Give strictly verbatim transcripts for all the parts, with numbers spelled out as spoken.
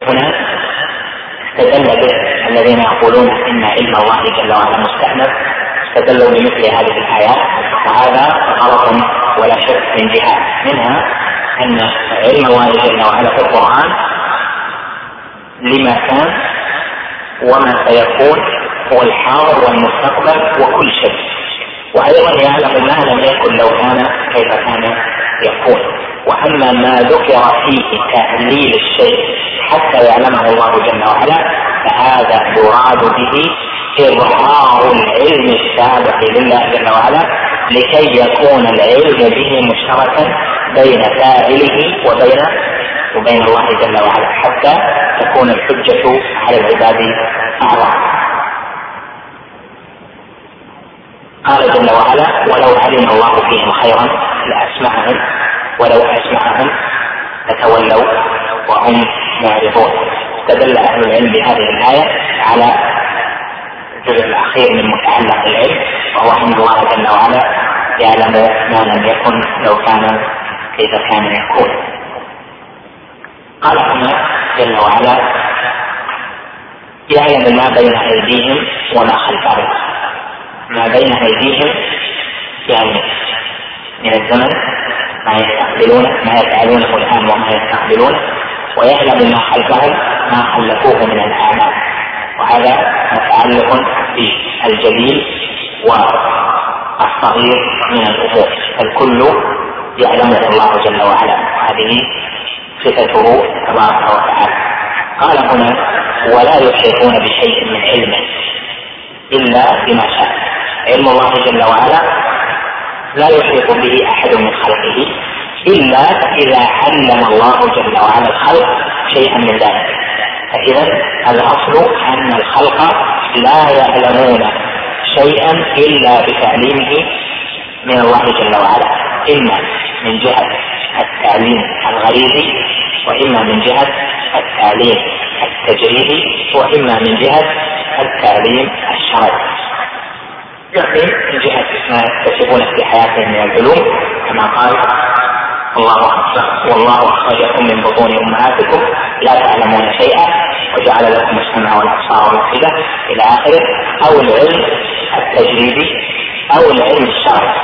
هنا استدل به الذين يقولون ان علم الله جل وعلا مستأنف، استدلوا بمثل هذه الآيات، وهذا غلط ولا شك من جهات، منها ان علم الله جل وعلا في القرآن لما كان وما سيكون والحاضر والمستقبل وكل شيء، وأيضا يعلم ما لم يكن لو كان كيف كان يكون. وأما ما ذكر فيه تأليل الشيء حتى يعلمه الله جل وعلا فهذا يراد به إظهار العلم السابق لله جل وعلا لكي يكون العلم به مشتركا بين فاعله وبين وبين الله جل وعلا حتى تكون الحجة على العباد أعظم. قال جل وعلا: ولو علم الله فيهم خيرا لأسمعهم ولو أسمعهم لتولوا وهم معرضون. استدل أهل العلم بهذه الآية على الجزء الأخير من متعلق العلم، وهو أن الله جل وعلا يعلم ما لم يكن لو كان كيف كان يكون. قال هنا جل وعلا: يعلم ما بين أيديهم وما خلفهم. ما بين أيديهم يعني من الزمن ما يستقبلون ما يفعلونه الآن وما يستقبلونه، ويعلم ما خلفهم ما خلفوه من الأعمال، وهذا متعلق بالجليل والصغير من الأمور، الكل يعلمه الله جل وعلا، هذه صفته تبارك وتعالى. قال هنا: ولا يحيطون بشيء من علمه إلا بما شاء. علم الله جل وعلا لا يحيط به أحد من خلقه إلا إذا علم الله جل وعلا الخلق شيئا من ذلك. فإذا الأصل أن الخلق لا يعلمون شيئا إلا بتعليمه من الله جل وعلا، إما من جهة التعليم الغريزي، وإما من جهة التعليم التجريبي، وإما من جهة التعليم الشرعي. يعني من جهة ما يكتسبون في حياتهم من العلوم، كما قال: الله أخرج والله أخرجكم من بطون أمهاتكم لا تعلمون شيئا وجعل لكم السمع والأبصار والأفئدة إلى آخره، أو العلم التجريبي أو العلم الشرعي.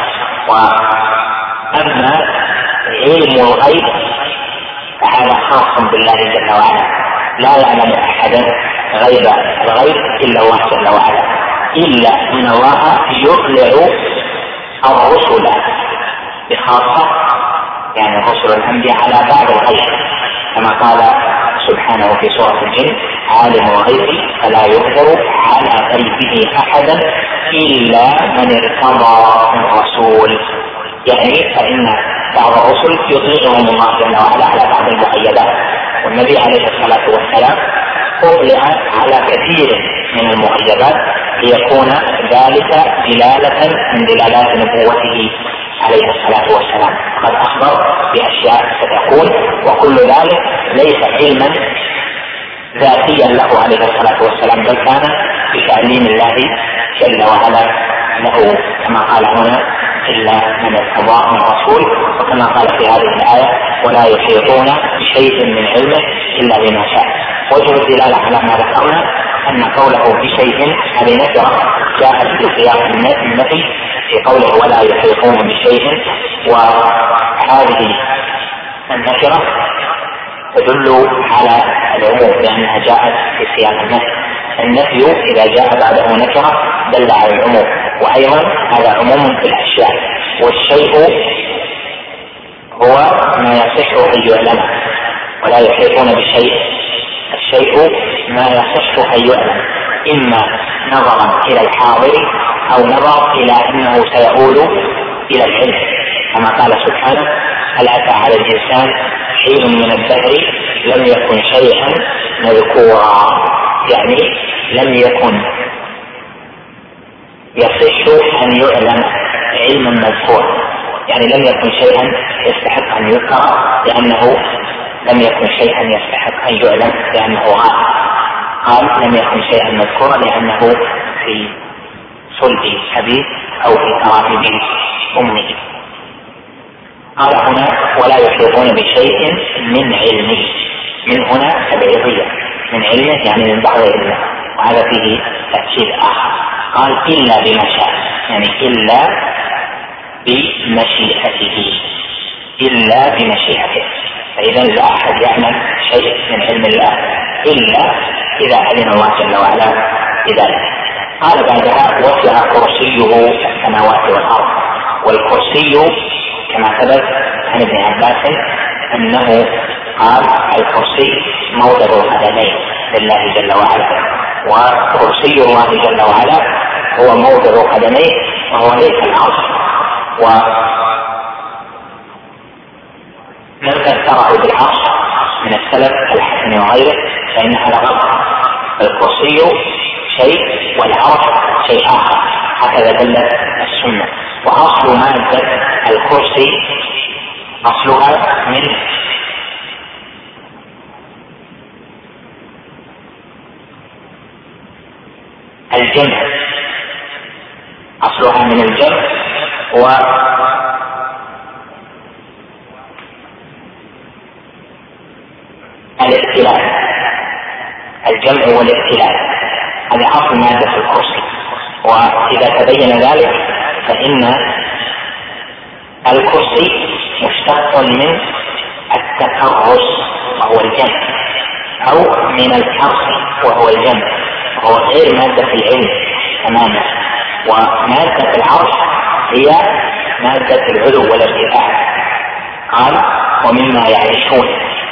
وأما علم الغيب فهذا خاص بالله جل وعلا، لا يعلم أحدا غيب الغيب إلا الله جل وعلا، إلا أن الله يطلع الرسل بخاصة، يعني رسل الأنبياء على بعض الغيب، كما قال سبحانه في سورة الجن: عالم الغيب فلا يظهر على غيبه أحدا إلا من ارتضى من رسول. يعني فإن بعض الرسل يطلعهم الله جل وعلا على بعض المؤيدات، والنبي عليه الصلاة والسلام أطلع على كثير من المؤيدات ليكون ذلك دلالة من دلالات نبوته عليه الصلاة والسلام. قد أخبر بأشياء ستكون، وكل ذلك ليس علما ذاتيا له عليه الصلاة والسلام، بل كان بتعليم الله جل وعلا له، كما قال هنا: إلا من ارتضى من رسول، وكما قال في هذه الآية: ولا يحيطون بشيء من علمه إلا بما شاء. وجه الدلالة على ما ذكرنا أن قوله بشيء هذه نكرة جاءت في سياق النفي في قوله ولا يحيطون بشيء، وهذه النكرة تدل على العموم لأنها جاءت في سياق النفي. النفي إذا جاء بعده نكرة دل على العموم، وأيضا هذا عموم في الأشياء، والشيء هو ما يصح أن يعلم، ولا يحيطون بشيء. الشيء ما يصح أن يعلم، إما نظرا إلى الحاضر أو نظر إلى أنه سيؤول إلى العلم، كما قال سبحانه: هل أتى على الإنسان حين من الدهر لم يكن شيئا مذكورا. يعني لم يكن يصح أن يعلم علما مذكورا، يعني لم يكن شيئا يستحق أن يذكر لأنه لم يكن شيئا يستحق أن يعلم لأنه غائب. قال: لم يكن شيئا مذكورا لأنه في صلب أبيه أو في ترائب أمه. قال هنا: ولا يحيطون بشيء من علمه. من هنا تبعيضية، من علمه يعني من بعض علمه، وهذا فيه تأكيد آخر. قال إلا بما شاء، يعني إلا بمشيئته، إلا بمشيئته. فإذا لا أحد يعمل شيء من علم الله إلا إذا أذن الله جل وعلا بذلك. قال بعدها وسع كرسيه السماوات والأرض. والكرسي كما ثبت عن ابن عباس أنه قال الكرسي موضع القدمين لله جل وعلا، وكرسي الله جل وعلا هو موضع قدميه وهو ليس العرش. ومن فسره بالعرش من السلف الحسن وغيره فإن هذا غلط. الكرسي شيء والعرش شيء آخر، هكذا دلت السنة. وأصل مادة الكرسي أصلها من الجمع، أصلها من الجمع والائتلاف، الجمع والائتلاف هذا أصل مادة الكرسي. وإذا تبين ذلك فإن الكرسي مشتق من التكرس وهو الجمع، أو من الكرس وهو الجمع، وهو غير مادة العلم تماما. ومادة العرش هي مادة العلو والارتفاع. قال ومما يعيشون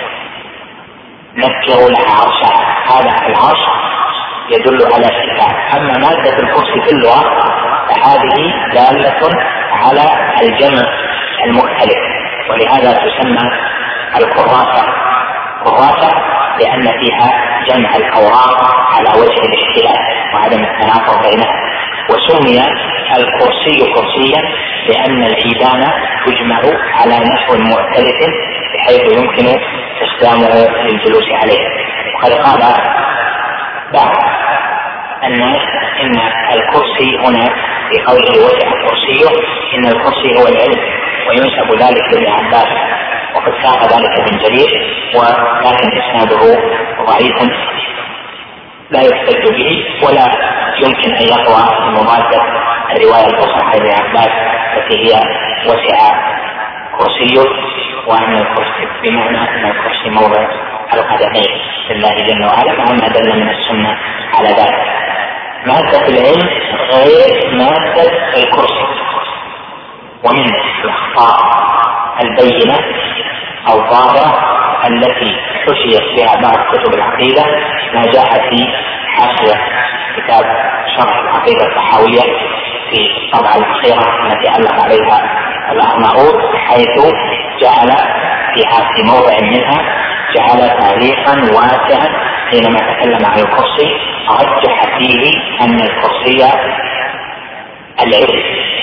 نكروا لها عرشها، هذا العرش يدل على ارتفاع. أما مادة الكرسي في اللغة فهذه دالة على الجمع المختلف، ولهذا تسمى الكراسة كراسة لأن فيها جمع الأوراق على وجه الاختلاف وعدم التناقض بينها. وسمي الكرسي كرسيا لأن العيدان تجمع على نحو مختلف بحيث يمكن استخدامه للجلوس عليه. وقد قال بعض الناس إن الكرسي هنا في قوله وسع كرسيه إن الكرسي هو العلم، وينسب ذلك لابن عباس، وقد ساق ذلك ابن جرير، ولكن إسناده ضعيف لا يحتج به ولا يمكن أن يقوى بمماثلة الرواية الأخرى عن ابن عباس التي هي وسع كرسيه، وأن الكرسي بمعنى أن الكرسي موضع القدمين لله جل وعلا، مع ما دل من السنة على ذلك. مادة العلم غير مادة الكرسي. ومن الأخطاء البينة أو الظاهرة التي حشيت بها بعض كتب العقيدة ما جاء في حاشية كتاب شرح العقيدة الطحاوية في الطبعة الأخيرة التي علق عليها الأرناؤوط، حيث جعل فيها في موضع منها جعل تعليقا واسعا حينما تكلم عن الكرسي، رجح فيه أن الكرسي العلم،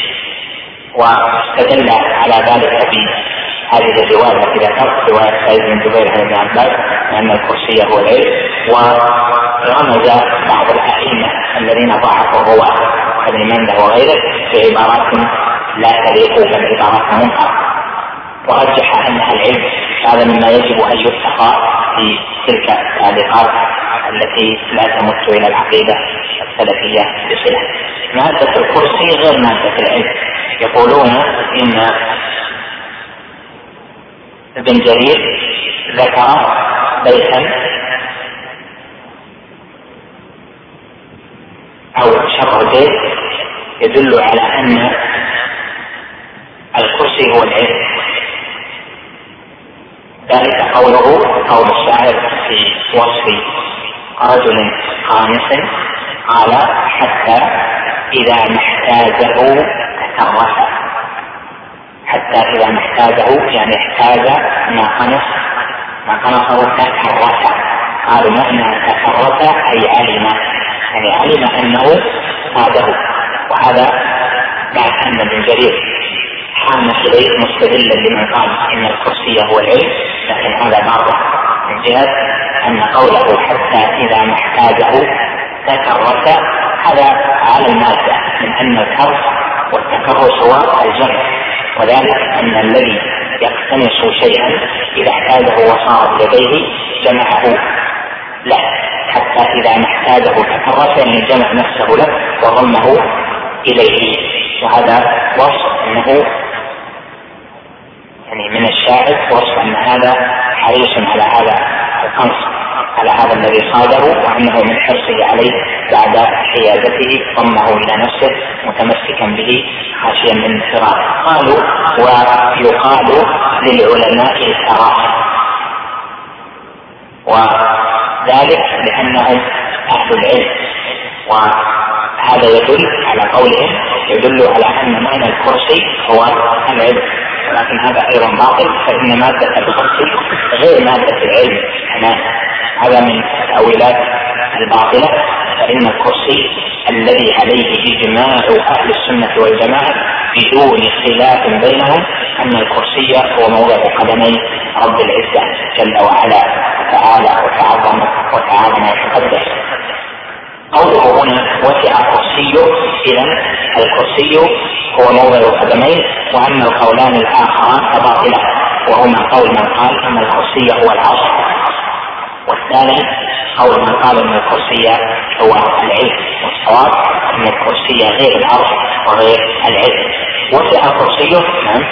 واستدل على ذلك بهذه الرواية التي ذكرت رواية سعيد بن جبير عن ابن عباس أن الكرسي هو العلم. ورمز بعض الأئمة الذين ضعفوا الرواة كابن منده وغيره بعبارات لا تليق بل عبارات منكرة، ورجح أنها العلم. هذا مما يجب أن يتقى في تلك التعليقات التي لا تمت إلى العقيدة السلفية بصلة. مادة الكرسي غير مادة العلم. يقولون إن ابن جرير ذكر بيتا أو شرح بيت يدل على أن الكرسي هو العلم، ذلك قوله قول الشاعر في وصف رجل خامس قال حتى إذا ما احتاجه تكرس، حتى إذا ما احتاجه يعني احتاج ما قنص ما قنصه تكرس. قالوا معنى تكرس أي علم، يعني علم أنه قاده. وهذا بعد أن ابن جرير حام إليه مستدلا لمن قال إن الكرسي هو العلم، لكن هذا باطل من جهة أن قوله حتى إذا ما احتاجه تكرس هذا على المادة، من أن الكرس والتكرس هو الجمع، وذلك أن الذي يقتنص شيئا إذا احتاجه وصار لديه جمعه له، حتى إذا ما احتاجه تكرس أن جمع نفسه له وضمه إليه. وهذا وصف أنه يعني من الشاعر وصف أن هذا حريص على هذا القنص، على هذا الذي صاده، وأنه من حرصه عليه بعد حيازته ضمه إلى نفسه متمسكا به خاشيا من فراغه. قالوا ويقال للعلماء الكراهة، وذلك لأنهم أهل العلم، وهذا يدل على قولهم يدل على أن معنى الكرسي هو العلم، ولكن هذا أيضا باطل، فإن مادة الكرسي غير مادة العلم تماما. هذا من التأويلات الباطلة، فإن الكرسي الذي عليه إجماع أهل السنة والجماعة بدون خلاف بينهم أن الكرسي هو موضع قدمي رب العزة جل وعلا وتعالى وتعظم وتعالى ما يتقدس. قوله هنا وسع كرسيه، إذن الكرسي هو موضع قدمين، وأما القولان الآخران فباطلة، وهما قول من قال أن الكرسي هو العرش، والثاني قول من قال ان الكرسي هو العلم، والصواب ان الكرسي غير العرش وغير العلم. وسع كرسيه نعم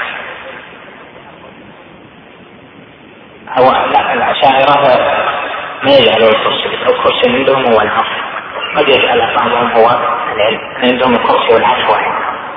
هو لا، الأشاعرة ما يجعلوا الكرسي، الكرسي عندهم هو العرش، قد يجعل بعضهم هو العلم، عندهم الكرسي والعرش واحد.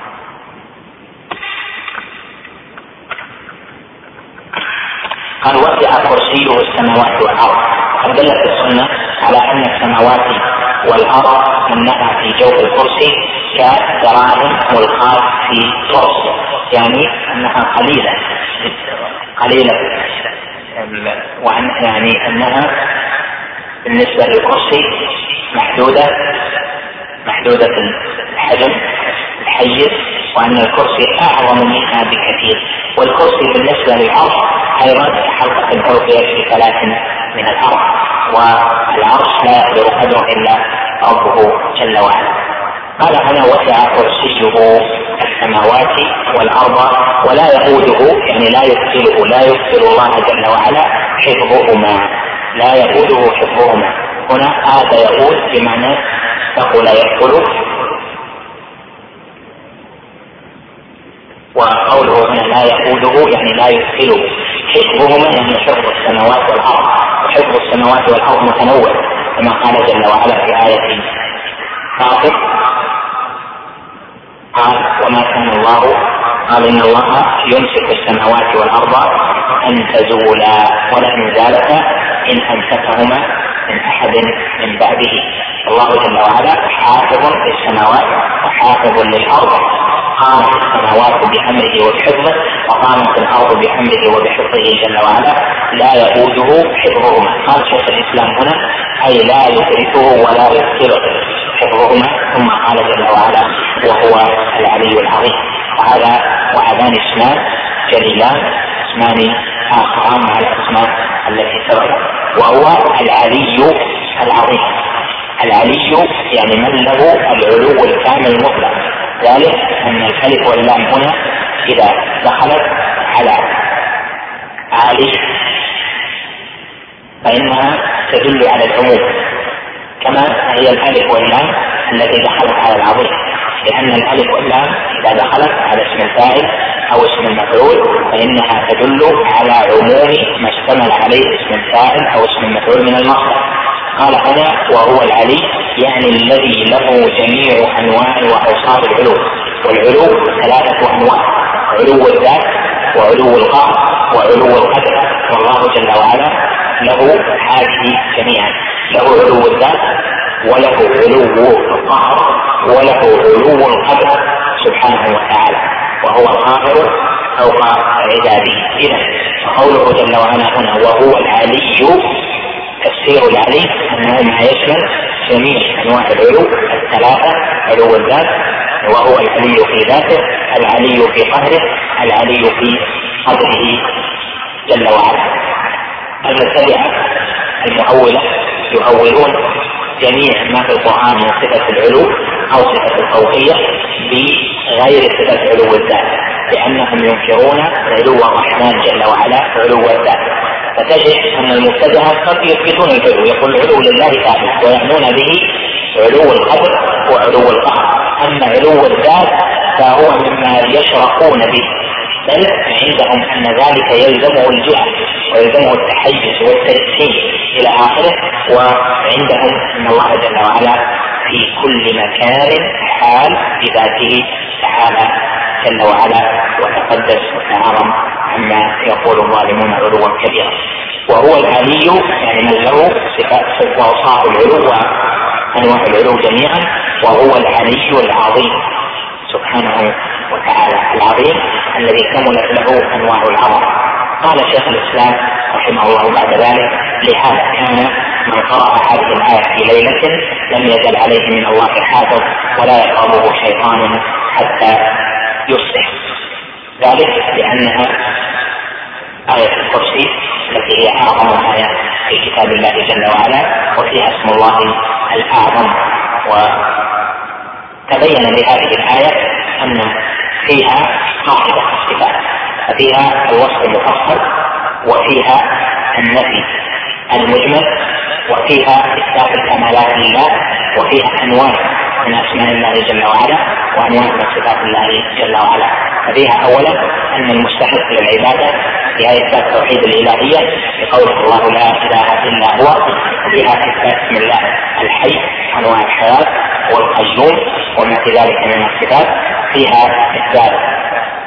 قال وسع كرسيه السماوات والأرض. قد دلت السنة على أن السماوات والأرض أنها في جوف الكرسي كدراهم ملقاة في ترس، يعني أنها قليلة قليلة وأن يعني أنها بالنسبة للكرسي محدودة محدودة الحجم الحيز، وأن الكرسي أعظم منها بكثير. والكرسي بالنسبة للعرش أيضا حلقة الأوفية في ثلاث من الأرض، والعرش لا يقدر قدره إلا ربه جل وعلا. قال هنا وسع كرسيه السماوات والأرض ولا يؤوده، يعني لا يثقله، لا يثقل الله جل وعلا حفظهما، لا يؤوده حفظهما. هنا هذا يؤود بمعنى ثقل يثقل، وقوله هنا لا يؤوده يعني لا يثقله. حفظهما يعني حفظ السماوات والأرض، وحفظ السماوات والأرض متنوع كما قال جل وعلا في آية فاطر قال وما كان الله، قال إن الله يمسك السماوات والأرض أن تزولا ولئن زالتا إن أمسكهما من أحد من بعده. الله جل وعلا حافظ للسماوات وحافظ للأرض، قامت السماوات بأمره وبحفظه، وقامت الأرض بأمره وبحفظه جل وعلا لا يؤوده حفظهما. قال شيخ الإسلام هنا أي لا يدركه ولا يثقله حفظهما، ثم قال جل وعلا وهو العلي العظيم. وهذا وهذان اسمان جليلان، اسمان آخران مع الأسماء التي سبقت، وهو العلي العظيم. العلي يعني من له العلو الكامل المطلق، ذلك أن الألف واللام هنا إذا دخلت على عالي فإنها تدل على العموم، كما هي الألف واللام التي دخلت على العظيم، لأن الألف واللام إذا دخلت على اسم الفاعل أو اسم المفعول فإنها تدل على عموم ما اشتمل عليه اسم الفاعل أو اسم المفعول من المصدر. قال هنا وهو العلي يعني الذي له جميع أنواع وأوصاف العلو، والعلو ثلاثة أنواع: علو الذات وعلو القهر وعلو القدر، والله جل وعلا له هذه جميعا، له علو الذات وله علو القهر وله علو القدر سبحانه وتعالى، وهو القاهر فوق عباده. إذا قوله جل وعلا هنا وهو العلي، تفسير العلي أنه ما يشمل جميع أنواع العلو الثلاثة: علو الذات وهو العلي في ذاته، العلي في قهره، العلي في قدره جل وعلا. المبتدعة المؤولة يؤولون جميع ما في القرآن من صفة العلو أو صفة الفوقية غير صفة علو الذات، لأنهم ينكرون علو الرحمن جل وعلا علو الذات. فتجد أن المبتدعة قد يثبتون العلو، يقول العلو لله ثابت ويعنون به علو القدر وعلو القهر، أما علو الذات فهو مما يشرقون به، بل عندهم أن ذلك يلزمه الجهة ويلزمه التحيز والتجسيم إلى آخره. وعندهم أن الله جل وعلا في كل مكان حال بذاته تعالى جل وعلا وتقدس وتعظم عما يقول الظالمون علوا كبيرا. وهو العلي يعني من له صفات واوصاف العلو وانواع العلو جميعا، وهو العلي العظيم سبحانه وتعالى، العظيم الذي كملت له انواع العظمه. قال شيخ الاسلام رحمه الله بعد ذلك: لهذا كان من قرأ هذه الآية في ليلة لم يزل عليه من الله حافظ ولا يقربه شيطان حتى يصبح. ذلك لأنها آية الكرسي التي هي أعظم آية في كتاب الله جل وعلا، وفيها اسم الله الأعظم. وتبين بهذه الآية أن فيها قاعدة الصفات، فيها الوصف المفصل، وفيها النفي المجمل، وفيها إثبات الكمالات لله، وفيها أنواع من أسماء الله جل وعلا وأنواع من صفات الله جل وعلا. ففيها أولا أن المستحق للعبادة فيها إثبات توحيد الإلهية بقوله الله لا إله إلا هو، وفيها إثبات اسم الله الحي أنواع الحياة والقيوم وما في ذلك من الصفات. فيها إثبات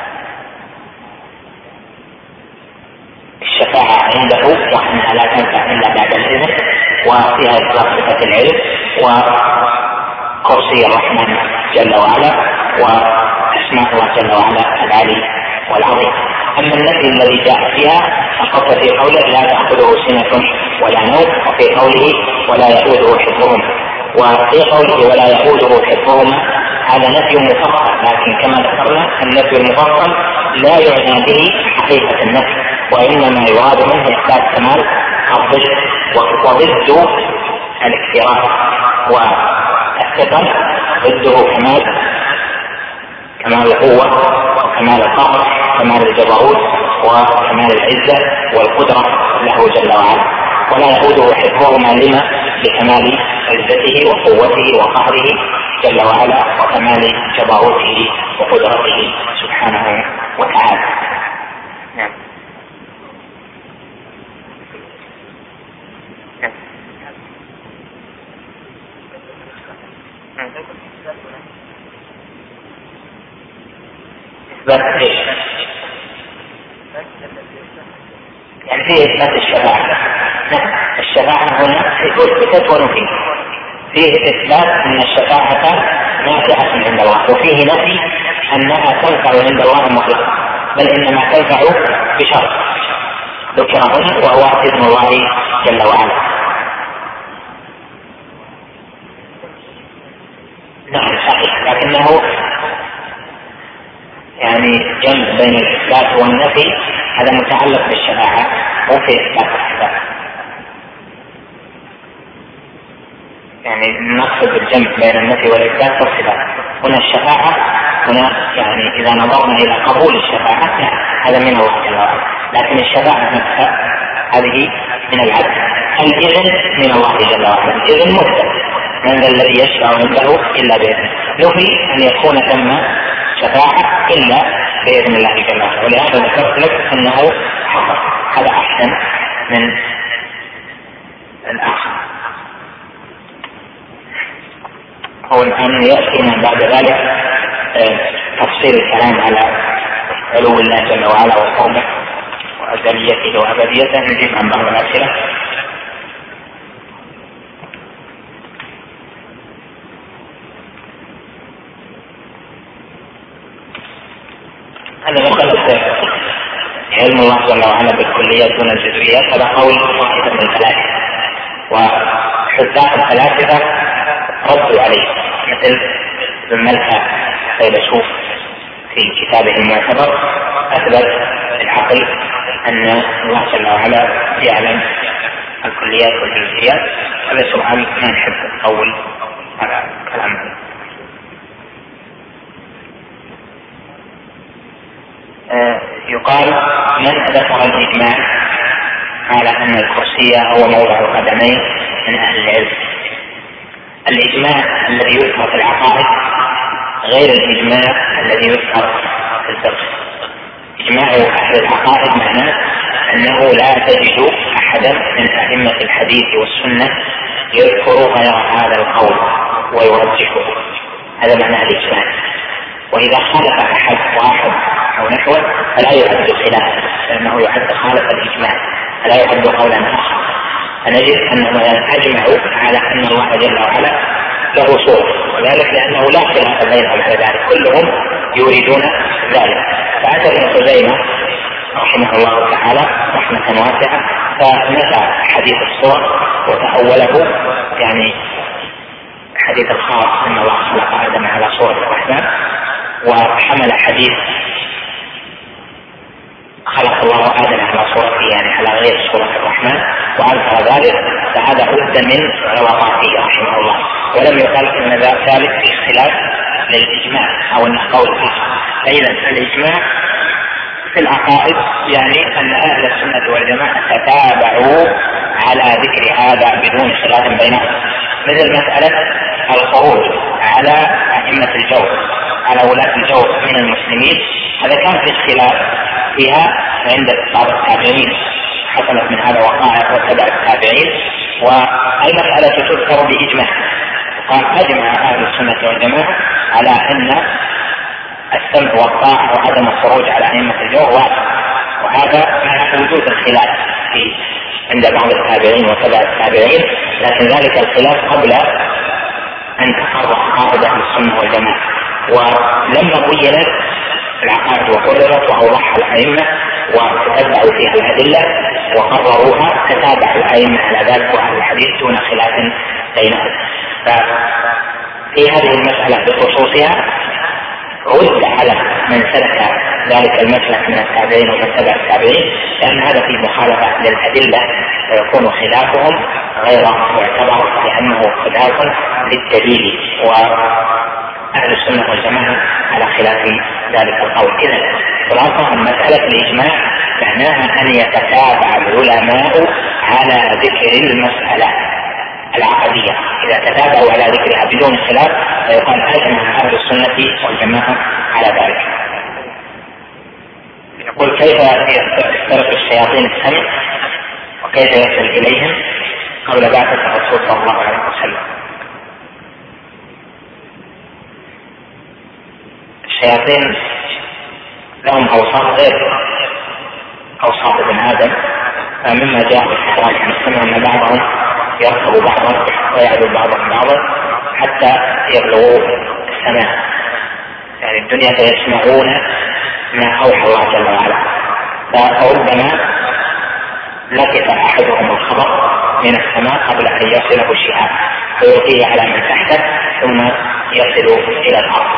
الشفاعة عنده وأنها لا تنفع إلا بعد الإذن، وفيها إثبات صفة العلم وكرسي الرحمن جل وعلا وأسماء الله جل وعلا العلي والعظيم. أما النفي الذي جاء فيها فقط في قوله لا تأخذه سنة ولا نوم، وفي قوله ولا يؤوده حفظهما، وفي قوله ولا يؤوده حفظهما هذا نفي مفصل، لكن كما ذكرنا النفي المفصل لا يعنى به حقيقة النفي، وإنما يراد منه إثبات كمال الضد، وضد الاكتراث والثقل ضده كمال كمال القوة وكمال القهر، كمال الجبروت وكمال العزة والقدرة له جل وعلا. ولا يؤوده حفظهما لما لكمال عزته وقوته وقهره جل وعلا وكمال جبروته وقدرته سبحانه وتعالى. نعم. إثبات إيش؟ يعني فيه إثبات الشفاعة. نعم، الشفاعة هنا إثبات ونفي. فيه إثبات أن الشفاعة نافعة عند الله، وفيه نفي أنها تنفع عند الله مطلقا، بل إنما تنفع بشرط ذكر هنا وهو إذن الله جل وعلا. نعم صحيح، لكنه يعني جمع بين الإثبات والنفي هذا متعلق بالشفاعة وفي إثبات الصفات. يعني نقصد الجمع بين النفي والإثبات والصفات. هنا الشفاعة هنا يعني إذا نظرنا إلى قبول الشفاعة يعني هذا من الله جل وعلا، لكن الشفاعة نفسها هذه من العبد. الإذن من الله جل وعلا، الإذن مهتم، من ذا الذي يشفع عنده إلا بإذنه. نفي أن يكون ثم شفاعة إلا بإذن الله جل وعلا، ولهذا ذكرت لك أنه حصل. هذا أحسن من الآخر. هو الآن يأتينا بعد ذلك تفصيل الكلام على علو الله جل وعلا وقومه وأزليته وأبديته. نجيب عن بعض الأسئلة. هذا مسألة علم الله جل وعلا بالكليات دون الجزئيات، هذا قول واحد من ثلاثة، وحذاء الثلاثة ردوا عليه مثل ابن ملحة فيلسوف في كتابه المعتبر أثبت العقل أن الله جل وعلا يعلم الكليات والجزئيات. هذا سؤال ما نحب نطول على كلامه. يقال من ذكر الإجماع على أن الكرسي هو موضع القدمين من أهل العلم. الإجماع الذي يذكر في العقائد غير الإجماع الذي يذكر في الفقه. إجماع أهل العقائد معناه أنه لا تجد أحدا من أئمة الحديث والسنة يذكر غير هذا القول ويرجحه، هذا معنى الإجماع. وإذا خالف أحد واحد أو نحوه فلا يعد خلاف، لأنه يعد خالف الإجماع، فلا يعد قولا آخر. فنجد أنهم أجمعوا على أن الله جل وعلا له صورة، وذلك لأنه لا خلاف بينهم على ذلك، كلهم يريدون ذلك. فأتى ابن خزيمة رحمه الله تعالى رحمة واسعة فنفى حديث الصور وتأوله، يعني حديث الخاص أن الله خلق آدم على صورة الرحمن، وحمل حديث خلق الله آدم على صورته يعني على غير صورة الرحمن وأنكر ذلك، فهذا بد من غلطاته رحمه الله. ولم يقل أن ذلك في خلاف للإجماع أو أن قول آخر. فإذا الإجماع في العقائد يعني أن أهل السنة والجماعة تتابعوا على ذكر هذا بدون خلاف بينهم، مثل مسألة الخروج على أئمة الجور، على ولاة الجور من المسلمين، هذا كان في اختلاف فيها عند بعض التابعين، حصلت من هذا وقائع وتبع التابعين، والمسألة تذكر بإجماع. قال أجمع أهل السنة والجماعة على أن السمع والطاعة وعدم الخروج على أئمة الجور واجب، وهذا مع وجود الخلاف في عند بعض التابعين وتبع التابعين، لكن ذلك الخلاف قبل أن تقرر عقائد أهل السنة والجماعة. ولما بينت العقائد وقررت وأوضحها الأئمة وتتبعوا فيها الأدلة وقرروها تتابع الأئمة على ذلك وأهل الحديث دون خلاف بينهم. ففي هذه المسألة بخصوصها رد على من سلك ذلك المسلك من التابعين ومن تبع التابعين، لأن هذا في مخالفة للأدلة ويكون خلافهم غير معتبر لأنه خلاف للدليل، وأهل السنة والجماعة على خلاف ذلك القول. إذن خلاصة مسألة الإجماع معناها أن يتتابع العلماء على ذكر المسألة العقدية، إذا تتابعوا على ذكرها بدون خلاف فيقال أجمع أهل السنة والجماعة على ذلك. يقول كيف يخترق الشياطين السمع وكيف يصل إليهم قبل بعثة الرسول صلى الله عليه وسلم؟ الشياطين لهم أوصاف غير أوصاف ابن آدم، فمما جاء في الحديث عن السنة أن بعضهم يركب بعضا ويعدو بعضا بعضا حتى يبلغوا السماء، يعني الدنيا فيسمعون ما أوحى الله جل وعلا، فربما لقط أحدهم الخبر من السماء قبل أن يصله الشهاب فيلقيه على من تحته ثم يصل إلى الأرض.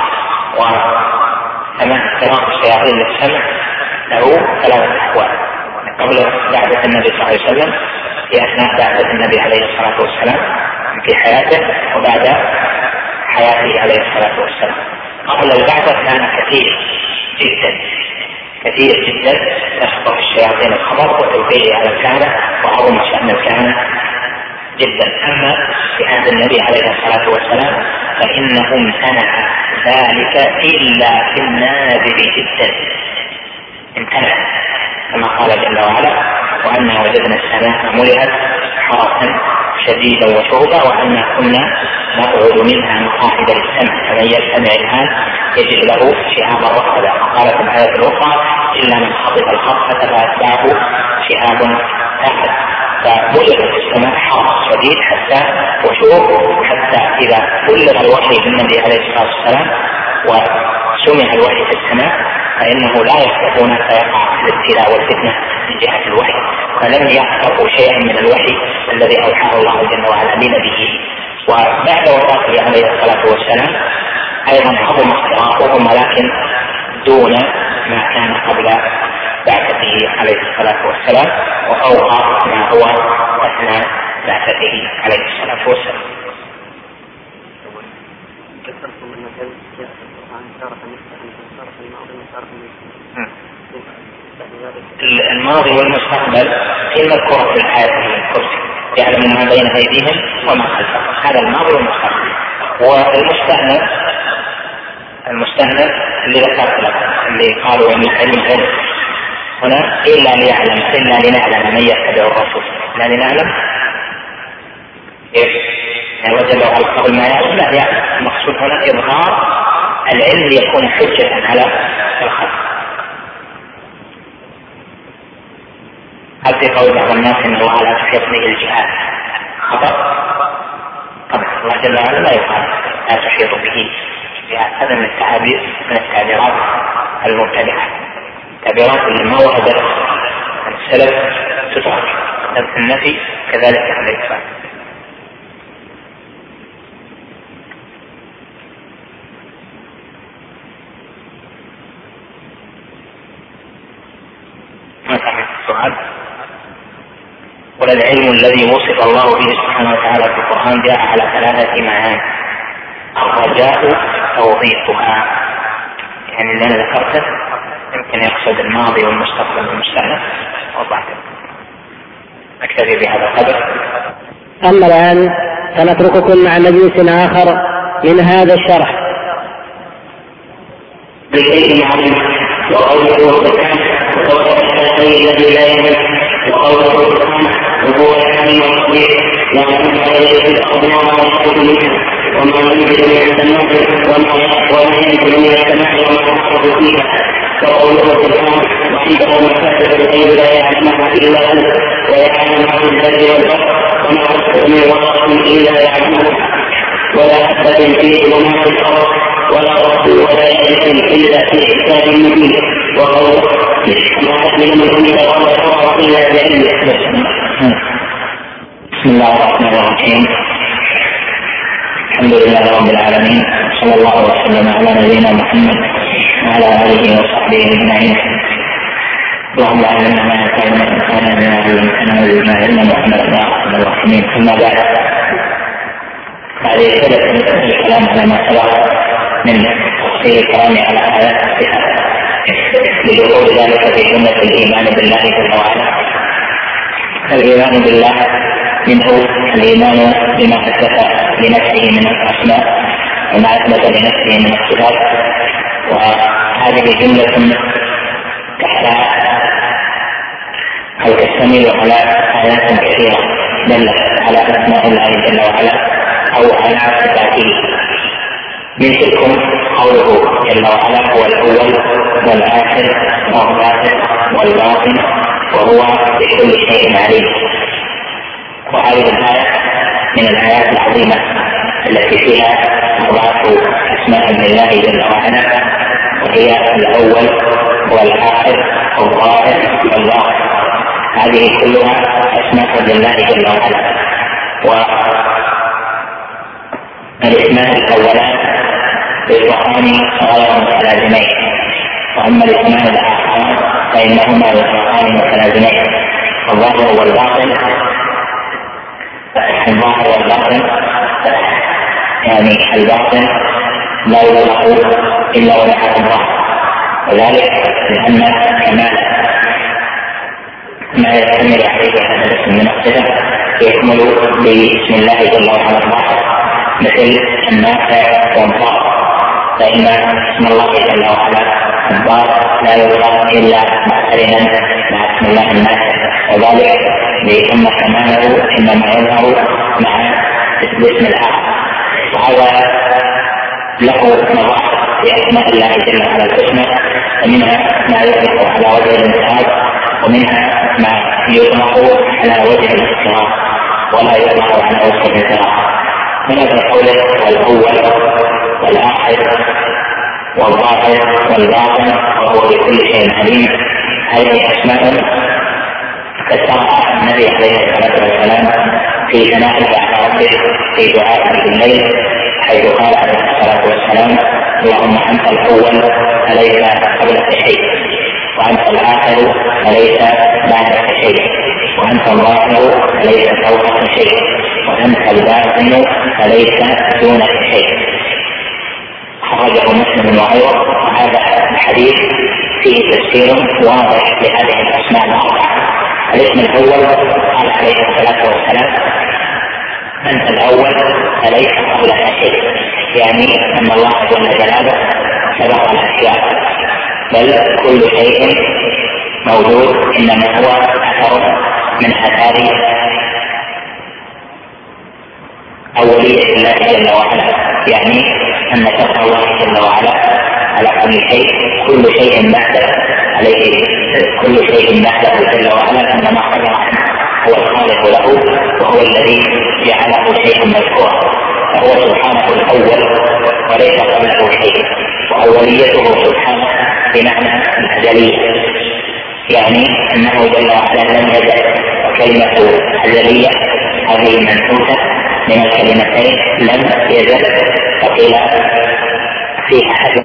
وسماع اختراق الشياطين للسمع له ثلاثة أحوال: قبل بعثة النبي صلى الله عليه وسلم، في أثناء بعثة النبي عليه الصلاة والسلام في حياته، وبعد حياته عليه الصلاة والسلام. قبل البعثة كان كثير جدا كثير جدا تخطف الشياطين الخبر وتلقيه على الكهنة، وعظم شأن الكهنة جدا. أما في عهد النبي عليه الصلاة والسلام فإنه امتنع ذلك إلا في النادر جدا، امتنع كما قال جل وعلا: وأنا وجدنا السماء ملئت حرسا شديدا وشهبا وأنا كنا نقعد منها مقاعد للسمع فمن يستمع الآن يجد له شهابا رصدا. وقالت الآية الأخرى: إلا من خطف الخطفة فأتبعه شهاب ثاقب. فملئت السماء حرس شديد حتى وشهب، حتى إذا بلغ الوحي بالنبي عليه الصلاة والسلام وسمع الوحي في السماء فإنه لا يخطفون فيقع الابتلاء والفتنة من جهة الوحي، فلم يخطفوا شيئا من الوحي الذي أوحاه الله جل وعلا لنبيه. وبعد وفاته عليه الصلاة والسلام أيضا عظم اختراقهم، ولكن دون ما كان قبل بعثته عليه الصلاة والسلام وفوق ما هو أثناء بعثته عليه الصلاة والسلام. الماضي والمستقبل هي المذكورة في الآية في الكرسي، يعلم ما بين أيديهم وما خلفهم، هذا الماضي والمستقبل. والمستأنف المستأنف اللي ذكرت لكم اللي قالوا ان العلم غير هنا الا ليعلم الا لنعلم من يتبع الرسول، لا لنعلم ايش يعني وجب على قبل ما يعلم، لا يعلم. المقصود هنا اظهار العلم ليكون حجة على الخلق. هل في قول بعض الناس ان الله لا تحيط به الجهات خطأ؟ طبعا الله جل وعلا لا يقال لا تحيط به الجهات، هذا من التعابير من التعبيرات المبتدعة، تعبيرات اللي ما وردت عن السلف تترك، في النفي كذلك عن الإثبات. ما صحيح السؤال؟ وللعلم الذي وصف الله به سبحانه وتعالى في القرآن جاء على ثلاثة معاني، الرجاء توظيفها، يعني اللي أنا ذكرته يمكن يقصد الماضي والمستقبل والمستأنف وضعته. أكتفي بهذا القدر. أما الآن فنترككم مع مجلس آخر من هذا الشرح. بالشيء معلوم وقوله سبحانه الذي لا يموت، وقوله سبحانه وهو الحليم الخبير لا يموت عليه في الأرض وما ينزل من السماء وما ينزل من السماء وما يحصل فيها، وقوله سبحانه وعنده مفاتيح الغيب لا يعلمها إلا هو ويعلم ما في البر والبحر وما يحصل من ورقة إلا يعلمها ولا حبة في ظلمات الأرض ولا رطب ولا يابس إلا في كتاب مبين، وقوله ما تحمل من أنثى ولا تضع إلا بعلمه. بسم الله الرحمن الرحيم، الحمد لله رب العالمين، صلى الله وسلم على نبينا محمد وعلى آله وصحبه أجمعين. اللهم علمنا ما ينفعنا وانفعنا بما علمتنا وزدنا علما محمد يا ارحم الراحمين. ثم بعد، هذه سلة الكلام على ما سبق من تفصيل الكلام على آيات الصفات لدخول ذلك في جملة الإيمان بالله جل وعلا. الإيمان بالله منه الإيمان بما أثبت لنفسه من الأسماء وما أثبت لنفسه من الصفات، وهذه جملة تحتها أو تشتمل على آيات كثيرة دلت على أسماء الله جل وعلا أو على صفاته. من تلكم قوله جل وعلا هو الأول والآخر والظاهر والباطن وهو بكل شيء عليم. وهذه الآية من الآيات العظيمة التي فيها أضعاف أسماء الله جل وعلا، وهي الأول والآخر والظاهر والباطن، هذه كلها أسماء لله جل وعلا. والاسمان الأولان يطلقان غير متلازمين، وأما الاسمان الآخران فإنهما يطلقان متلازمين. الظاهر والباطن الظاهر والباطن يعني الباطن لا يطلق إلا وضعه الظاهر، وذلك لأن كمال ما يشتمل عليه هذا الاسم من الصفة يكمل باسم الله جل وعلا الظاهر، مثل النافع والضار، فإن اسم الله جل وعلا الضار لا يطلق إلا معترنا مع اسم الله النافع، وذلك لأن كماله إنما يظهر مع اسم الآخر. وهذا له مظاهر بأسماء الله جل وعلا الحسنى، ومنها ما يطلق على وجه الانتهاك، ومنها ما يطلق على وجه الاستغراق ولا يطلق على وجه الانتهاك. هنا في قوله والأول والآخر والظاهر والباطن وهو بكل شيء عليم، هذه أسماء فسرها النبي عليه الصلاة والسلام في ثنائه على ربه في دعائه بالليل، حيث قال عليه الصلاة والسلام اللهم أنت الأول فليس قبلك شيء، وأنت الآخر فليس بعدك شيء، وأنت الظاهر فليس فوقك شيء، وأنت الباطن فليس دونك شيء. خرجه مسلم وغيره. وهذا الحديث فيه تفسير واضح لهذه الاسماء الاربعه. الاسم الاول قال عليه الصلاه والسلام: انت الاول فليس قبلك شيء، يعني ان الله جل جلاله سبق الاشياء، بل كل شيء موجود انما هو اثر من اثار اوليه الله جل وعلا، يعني ان سبق الله جل وعلا على كل شيء، كل شيء بعده عليه، كل شيء بعده جل وعلا انما قدر هو الخالق له وهو الذي جعله شيئا مذكورا، فهو سبحانه الاول وليس قبله شيء، واوليته سبحانه بمعنى الازليه، يعني انه جل وعلا لم يزل. كلمه ازليه هذه منحوته من الكلمتين لم يزل، فقيل في احد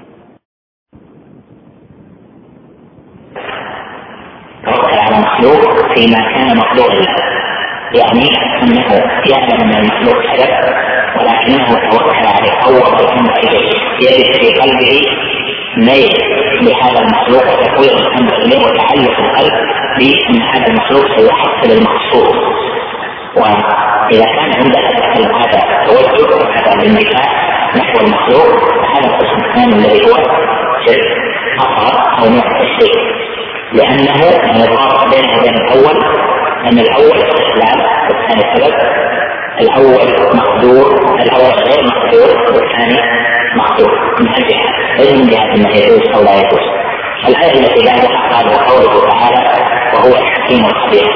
توكل على المخلوق فيما كان مخلوقا له، يعني انه يعلم ان المخلوق سبب ولكنه توكل عليه، فوض الامر اليه، يجد في قلبه ميل لهذا المخلوق وتفويض الامر اليه وتعلق القلب بان هذا المخلوق سيحصل المقصود. واذا كان عندك هذا التوجه هذا الانتفاع نحو المخلوق، فهذا القسم الثاني الذي هو شرك اصغر او نوع الشرك، لانه الفرق بين هذين الاول ان الاول استقلال والثاني سبب. الاول مقدور، الاول غير مقدور والثاني مقدور من الجهه، ليس من جهه انه يجوز او لا يجوز. الايه التي بعدها قال قوله تعالى: وهو الحكيم الخبير.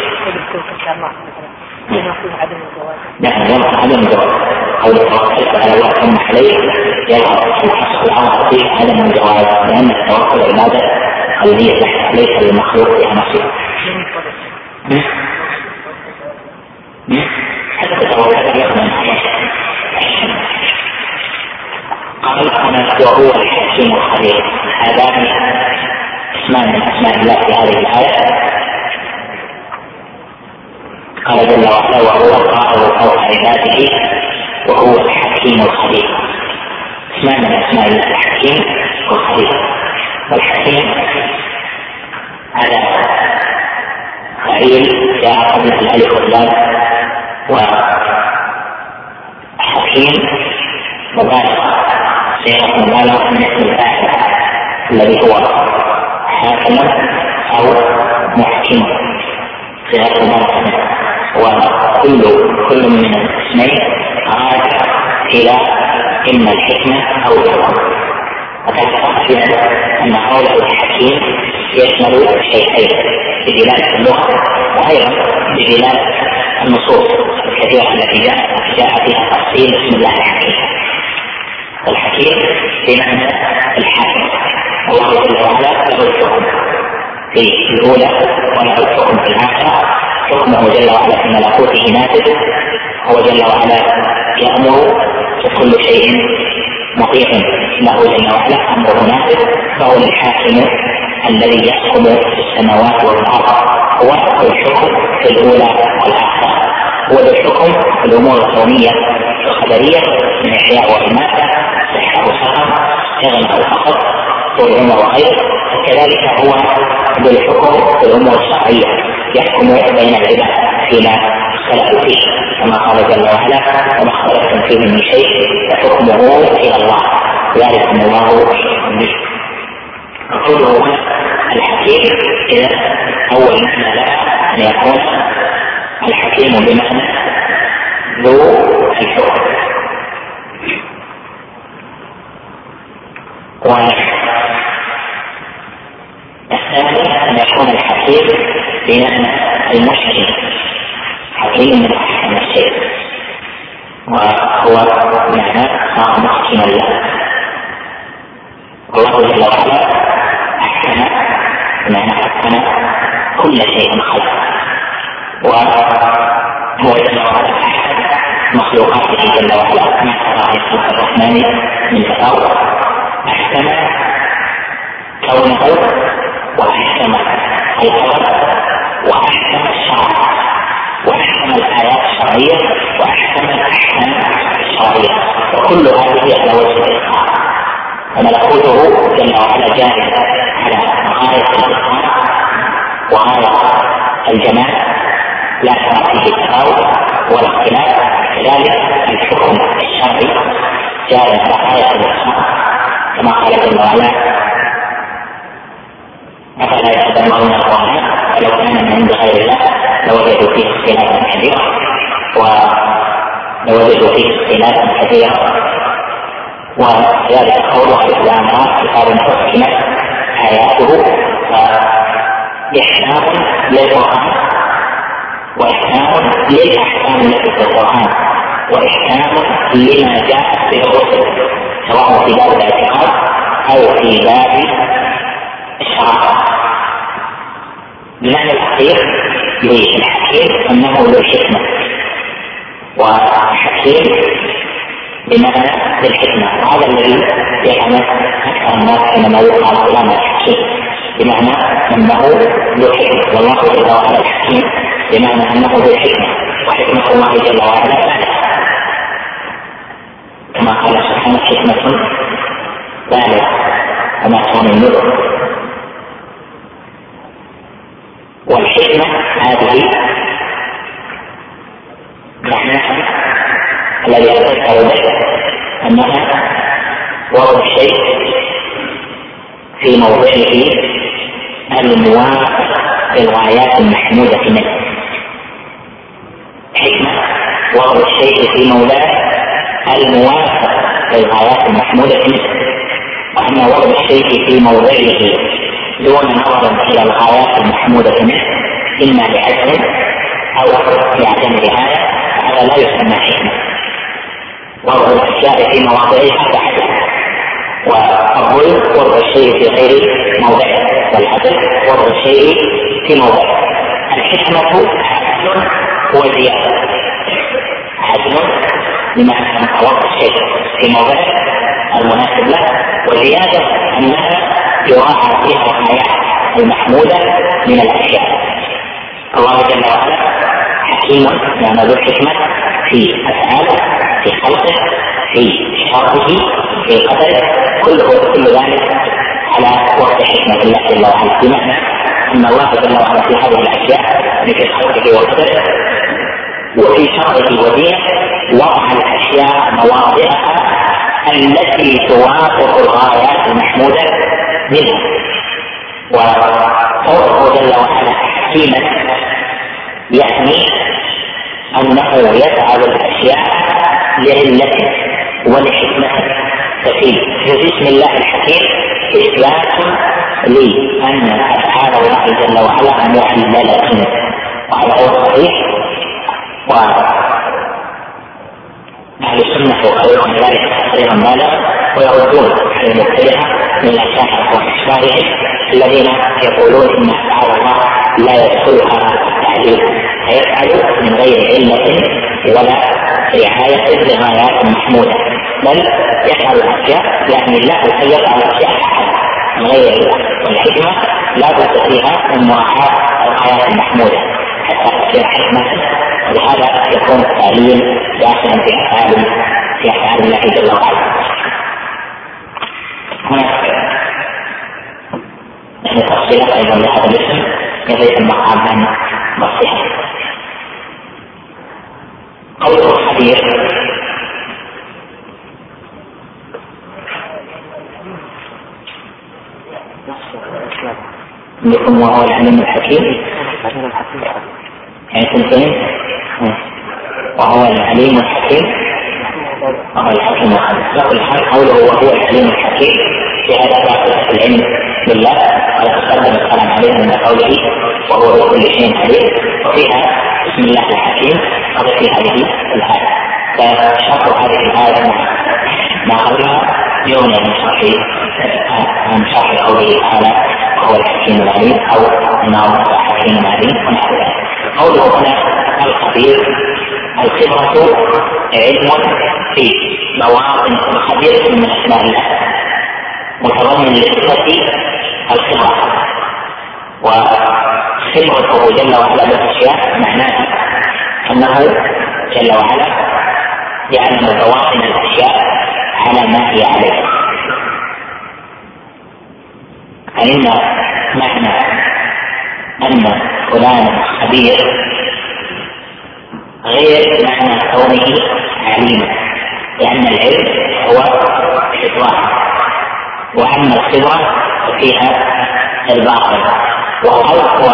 نعم، يظهر عدم الجواز، قول توكلت على الله ثم عليه يظهر الامر فيه عدم الجواز، لان التوكل عباده قلبيه ليس للمخلوق فيها نصيب. حتى التوكل يقبل قال هنا وهو الحكيم الخبير. هذان اسمان من اسماء الله في هذه الايه. قال جل وعلا: وهو القاهر فوق عباده وهو الحكيم الخبير. اسمان من اسماء الله الحكيم والخبير. والحكيم هذا فعيل جاء قبل الالف واللام، وحكيم مبالغه، صيغه مبالغه من اسم الفاعل الذي هو حاكم او محكم، صيغه مبالغه. وكل كل من الاسمين راجع الى اما الحكمه او الحكم. وتذكرت فيها ان قوله الحكيم يشمل شيئين بدلاله اللغه وايضا بدلاله النصوص الكثيره التي جاءت جاء فيها تفصيل اسم الله الحكيم. الحكيم بمعنى الحاكم، الله جل وعلا له الحكم في الاولى وله الحكم في الاخره، حكمه جل وعلا في ملكوته نافذ، هو جل وعلا يأمر وكل شيء مطيع له جل وعلا، امره نافذ، فهو الحاكم الذي يحكم في السماوات والارض، هو الحكم في الاولى والاخره، هو الحكم في الامور الكونيه الخبريه من احياء واماته، صحه وسقم، غنى او فقر، طول عمر وغيره. وكذلك هو ذو الحكم في الامور الشرعيه، يحكم بين العباد فيما اختلفوا فيه، كما قال جل وعلا: وما اختلفتم فيه من شيء فحكمه الى الله ذلك ان الله به. قوله الحكيم اذا اول معنى لها ان يكون الحكيم بمعنى ذو الحكم، والثاني ان يكون الحكيم بمعنى المحكم، حكيم من احكم الشيء، وهو معنى صار محكما له. الله جل وعلا احكم بمعنى حكم كل شيء خلق، وهو جل وعلا احكم مخلوقاته جل وعلا ما ترى في خلق الرحمن من تفاوت، احكم كونه واحكم الخبر واحكم الشرع واحكم الايات الشرعيه واحكم الاحكام الشرعيه، وكل هذه على وجه الاتقان. وملكوته جل وعلا جاهز على الإتقان وغاية الجمال لا ترى فيه التفاوت ولا اختلاف. كذلك الحكم الشرعي جاء غاية الإتقان كما قال جل وعلا: أفلا يتدبرون القرآن ولو كان من عند غير الله لوجدوا فيه اختلافا كثيرا ولوجدوا فيه اختلافا كثيرا. وذلك قوله الإسلام كتاب حكمت آياته فإحكام للقرآن وإحكام للأحكام التي في القرآن وإحكام لما جاء به الرسل سواء في باب الاعتقاد أو في باب الشرع. بمعنى الأخير للحكيم أنه ذو حكمة، وحكيم بمعنى الحكمة، وهذا الذي يعمل أكثر الناس حينما يقال فلان الحكيم بمعنى أنه ذو حكمة. والله جل وعلا الحكيم بمعنى أنه ذو حكمة، وحكمة الله جل وعلا كما قال سبحانه: حكمة بالغة وما كان النذر. والحكمة هذه معناها الذي أذكر به أنها وضع الشيء في موضعه الموافق للغايات المحمودة منه. حكمة وضع الشيء في موضعه الموافق للغايات المحمودة منه. وأما وضع الشيء في موضعه دون نظر إلى الغايات المحمودة منه إما لعدم أو لعدم نهاية هذا لا يسمى حكمة. وضع الأشياء في مواضعها بعدم، والظلم وضع الشيء في غير موضعه، والعدل وضع الشيء في موضعه. الحكمة عدل وزيادة، عدل بمعنى أن وضع الشيء في موضعه المناسب له، وزيادة أنها يراعى فيها الغايات المحمودة من الأشياء. الله جل وعلا حكيم يعني ذو حكمة في أفعاله، في خلقه، في شرعه، في قدره، كله كل ذلك على وقت حكمة الله جل وعلا. بمعنى أن الله جل وعلا في هذه الأشياء مثل خلقه وقدره وفي شرعه ودينه وضع الأشياء مواضعها التي توافق الغايات المحمودة منها. وقوله جل وعلا حكيما يعني أنه يفعل الأشياء لعلة ولحكمة. ففي بسم الله الحكيم إثبات لأن أفعال الله جل وعلا معللة، وهذا هو الصحيح. وأهل السنة يقولون ذلك تقريرا بالغا ويردون على المبتدعة من الأشاعرة وأشباههم الذين يقولون إن أفعال الله لا يدخلها التعليل، فيفعل من غير علة ولا رعاية لغايات محمودة، بل يفعل الأشياء يعني له أن يفعل الأشياء من غير علة. والحكمة لا بد فيها من مراعاة الغايات المحمودة حتى تصير حكمة، ولهذا يكون التعليل داخلا في أفعال في أفعال الله جل وعلا. هناك يعني تفصيلات أيضا لهذا الاسم يضيف المقام عن بسيطة. قوله الخبير لكم وهو العليم الحكيم يعني سنتين وهو العليم الحكيم وهو الحكيم الخبير. يقول الحال قوله وهو العليم الحكيم في هذا العلم بالله ويتقدم الكلام عليه من قوله وهو بكل شيء عليم، وفيها بسم الله الحكيم قبل في هذه الآية. فشرح هذه الآية ما قبلها يغني عن شرح عن شرح قوله تعالى وهو الحكيم العليم أو إنه حكيم عليم ونحو ذلك. قوله هنا الخبير الخبرة علم في مواطن الخبير من أسماء الله متضمن لصفة الخبرة، وخبرته جل وعلا بالأشياء معناها أنه جل وعلا يعلم بواطن الأشياء على ما هي عليه. فإن معنى أن فلان خبير غير معنى كونه عليما، لأن العلم هو إدراك، وأما الخبرة فيها الباطل. وهو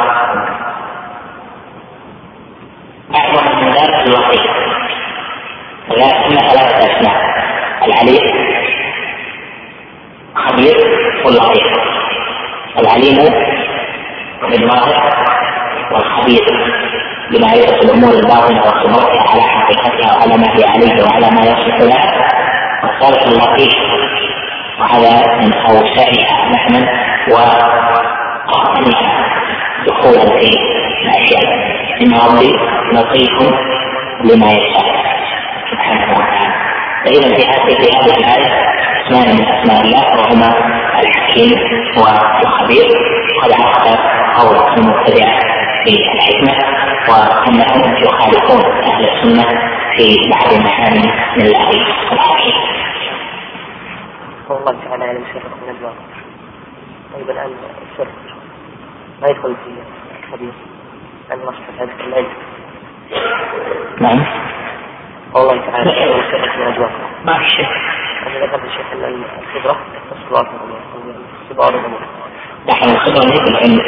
أعظم من ذلك الوقيت، ولكن ثلاثة أسماء: العليم، خبير، واللطيف. العليم بالظاهر، والخبير بمعرفة الأمور الباطنة وخبرتها على حقيقتها وعلى ما هي عليه وعلى ما يصلح لها. والثالث اللطيف، وهذا من أوسعها فهما وأقلها دخولا في الأشياء. إن ربي لطيف لما يشاء سبحانه وتعالى. فإذا في هذه الآية اسمان من أسماء الله، وهما الحكيم والخبير. قد عرفت قول المبتدعة في الحكمة وأنهم يخالفون أهل السنة في بعض معاني من الله الحكيم. الله تعالى يعلم سرك من الباطن. طيب الآن السر ما يدخل في الخبير المصطفى هذا العلم. نعم. الله تعالى يعلم سرك من الباطن. ما في شيء. أنا ذكرت الشيخ أن الخبرة تصبر صبار الأمور. نحن الخبرة مثل العلم،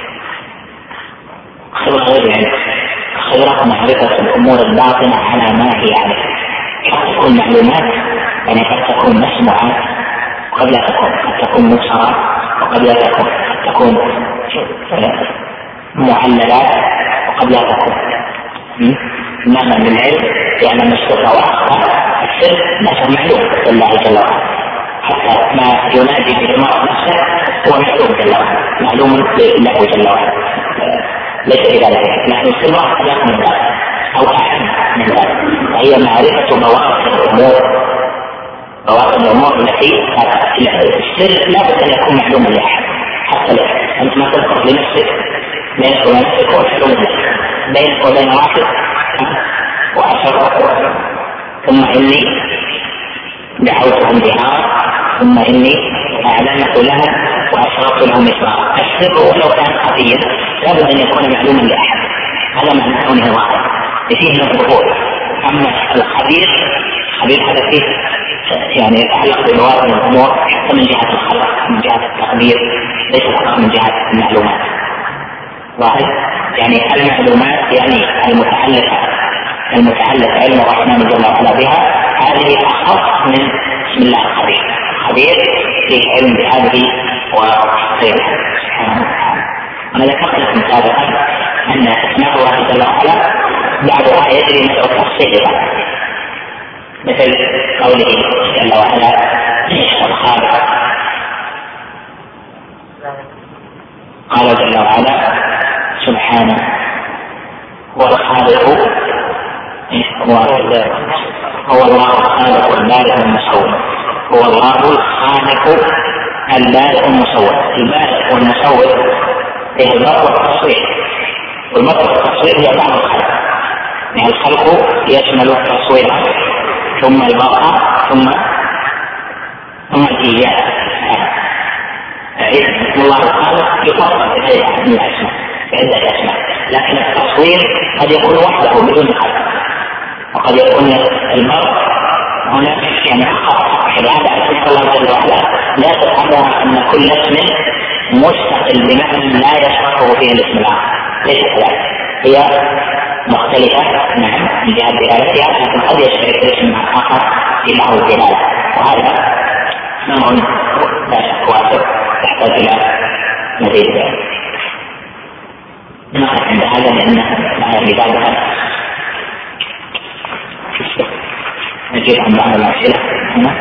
خبرة غير العلم. خبرة معرفة الأمور الباطنة على ما هي عليه. قد تكون معلومات، يعني قد تكون مسموعة وقد لا تكون، قد تكون مبصرة وقد لا تكون، قد تكون معللات وقد لا تكون. معنى من العلم لأن السر وأخطاء السر نفسه معلوم لله جل وعلا، حتى ما ينادي بالمرء نفسه هو معلوم جل وعلا، معلوم له جل وعلا، ليس بذلك. نحن السر أخلاق من ذلك أو أحسن من ذلك، وهي معرفة بواطن الأمور، بواطن الأمور التي السر لا بد أن يكون معلوما لأحد. حتى لو أنت ما تذكر لنفسك بينك وبين نفسك هو معلوم لك، بينك وبين واحد وأسرته ثم إني دعوتهم بها ثم إني أعلنت لها وأسررت لهم إسرارا. السر ولو كان خفيا لا بد أن يكون معلوما لأحد، هذا معنى كونه ظاهرا فيه من الظهور. أما الخبير، خبير هذا فيه يعني يتعلق ببواطن الأمور حتى من جهة الخلق، من جهة التقدير، ليس فقط من جهة المعلومات. ظاهر يعني المعلومات يعني المتعلقة المتعلق علم الرحمن جل وعلا بها، هذه أخص من بسم الله الخبير. خبير فيه علم بهذه وغيرها سبحانه وتعالى. أنا ذكرت لكم سابقا أن أسماء الله جل وعلا بعضها يجري مثل التفصيل، مثل قوله جل وعلا الخالق، قال جل وعلا سبحانه هو الخالق، هو هو الله الخالق البارئ المصور، هو الله الخالق البارئ المصور. البارئ والمصور هي البرء والتصوير، والبرء والتصوير هي بعض الخلق، يعني الخلق يشمل التصوير ثم البقاء ثم ثم الإيجاد. اسم الله الخالق يفضل بغيرها من الأسماء بعدة أسماء، لكن التصوير قد يكون وحده بدون خلق، وقد يكون المرء هنا يعني خاص. هذا اسم الله جل وعلا لا تفهمها أن كل اسم مستقل بمعنى لا يشركه فيه الاسم الآخر، ليس كذلك، هي مختلفة نعم من جهة دلالتها، لكن قد يشترك الاسم مع الآخر في بعض الدلالة، وهذا أمر لا شك واسع يحتاج إلى مزيد نقف عند هذا لأن معنا ببعضها نجيب عن بعض الأسئلة هنا.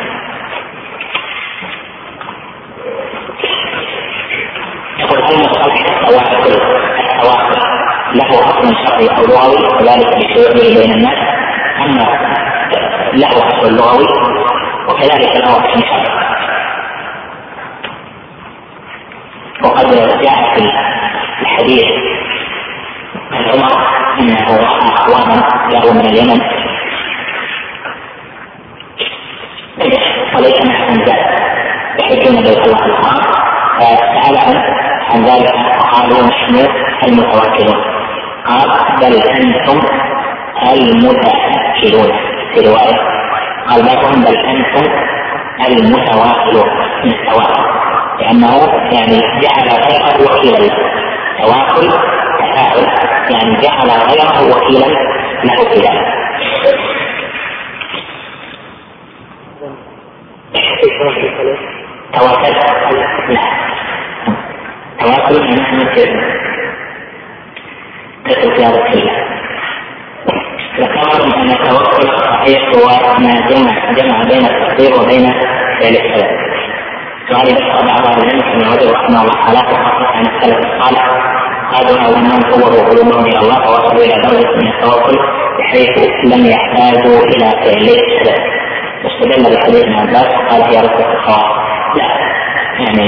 يقول هل مصطلح التواصل التواصل له أصل شرعي أو لغوي وذلك بشيوعه بين الناس، أما له أصل لغوي وكذلك له أصل شرعي؟ وقد جاء في الحديث عن عمر أنه رأى أقواما جاءوا من اليمن وليس معهم ذلك يحجون بيت الله الحرام، فسألهم عن ذلك قالوا نحن المتوكلون، قال بل أنتم المتأكلون في رواية، قال بعضهم بل أنتم المتواكلون من التواكل، لأنه يعني جعل غيره وكيلا له. تواكل تفاعل يعني جعل غيره وكيلا له في ذلك. تواكل لا تواكل من مثل كتب في هذا الكلام. ذكرهم أن التوكل الصحيح هو ما جمع جمع بين التقدير وبين فعل السبب. وهذه ذكر بعض أهل العلم ابن رجب رحمه الله تعالى وخصص عن السلف الصالح قالوا أنهم صوروا قلوبهم إلى الله فوصلوا إلى درجة من التوكل بحيث لم يحتاجوا إلى فعل السبب. واستدل بحديث ابن عباس وقال هي ركبة الخواص. لا يعني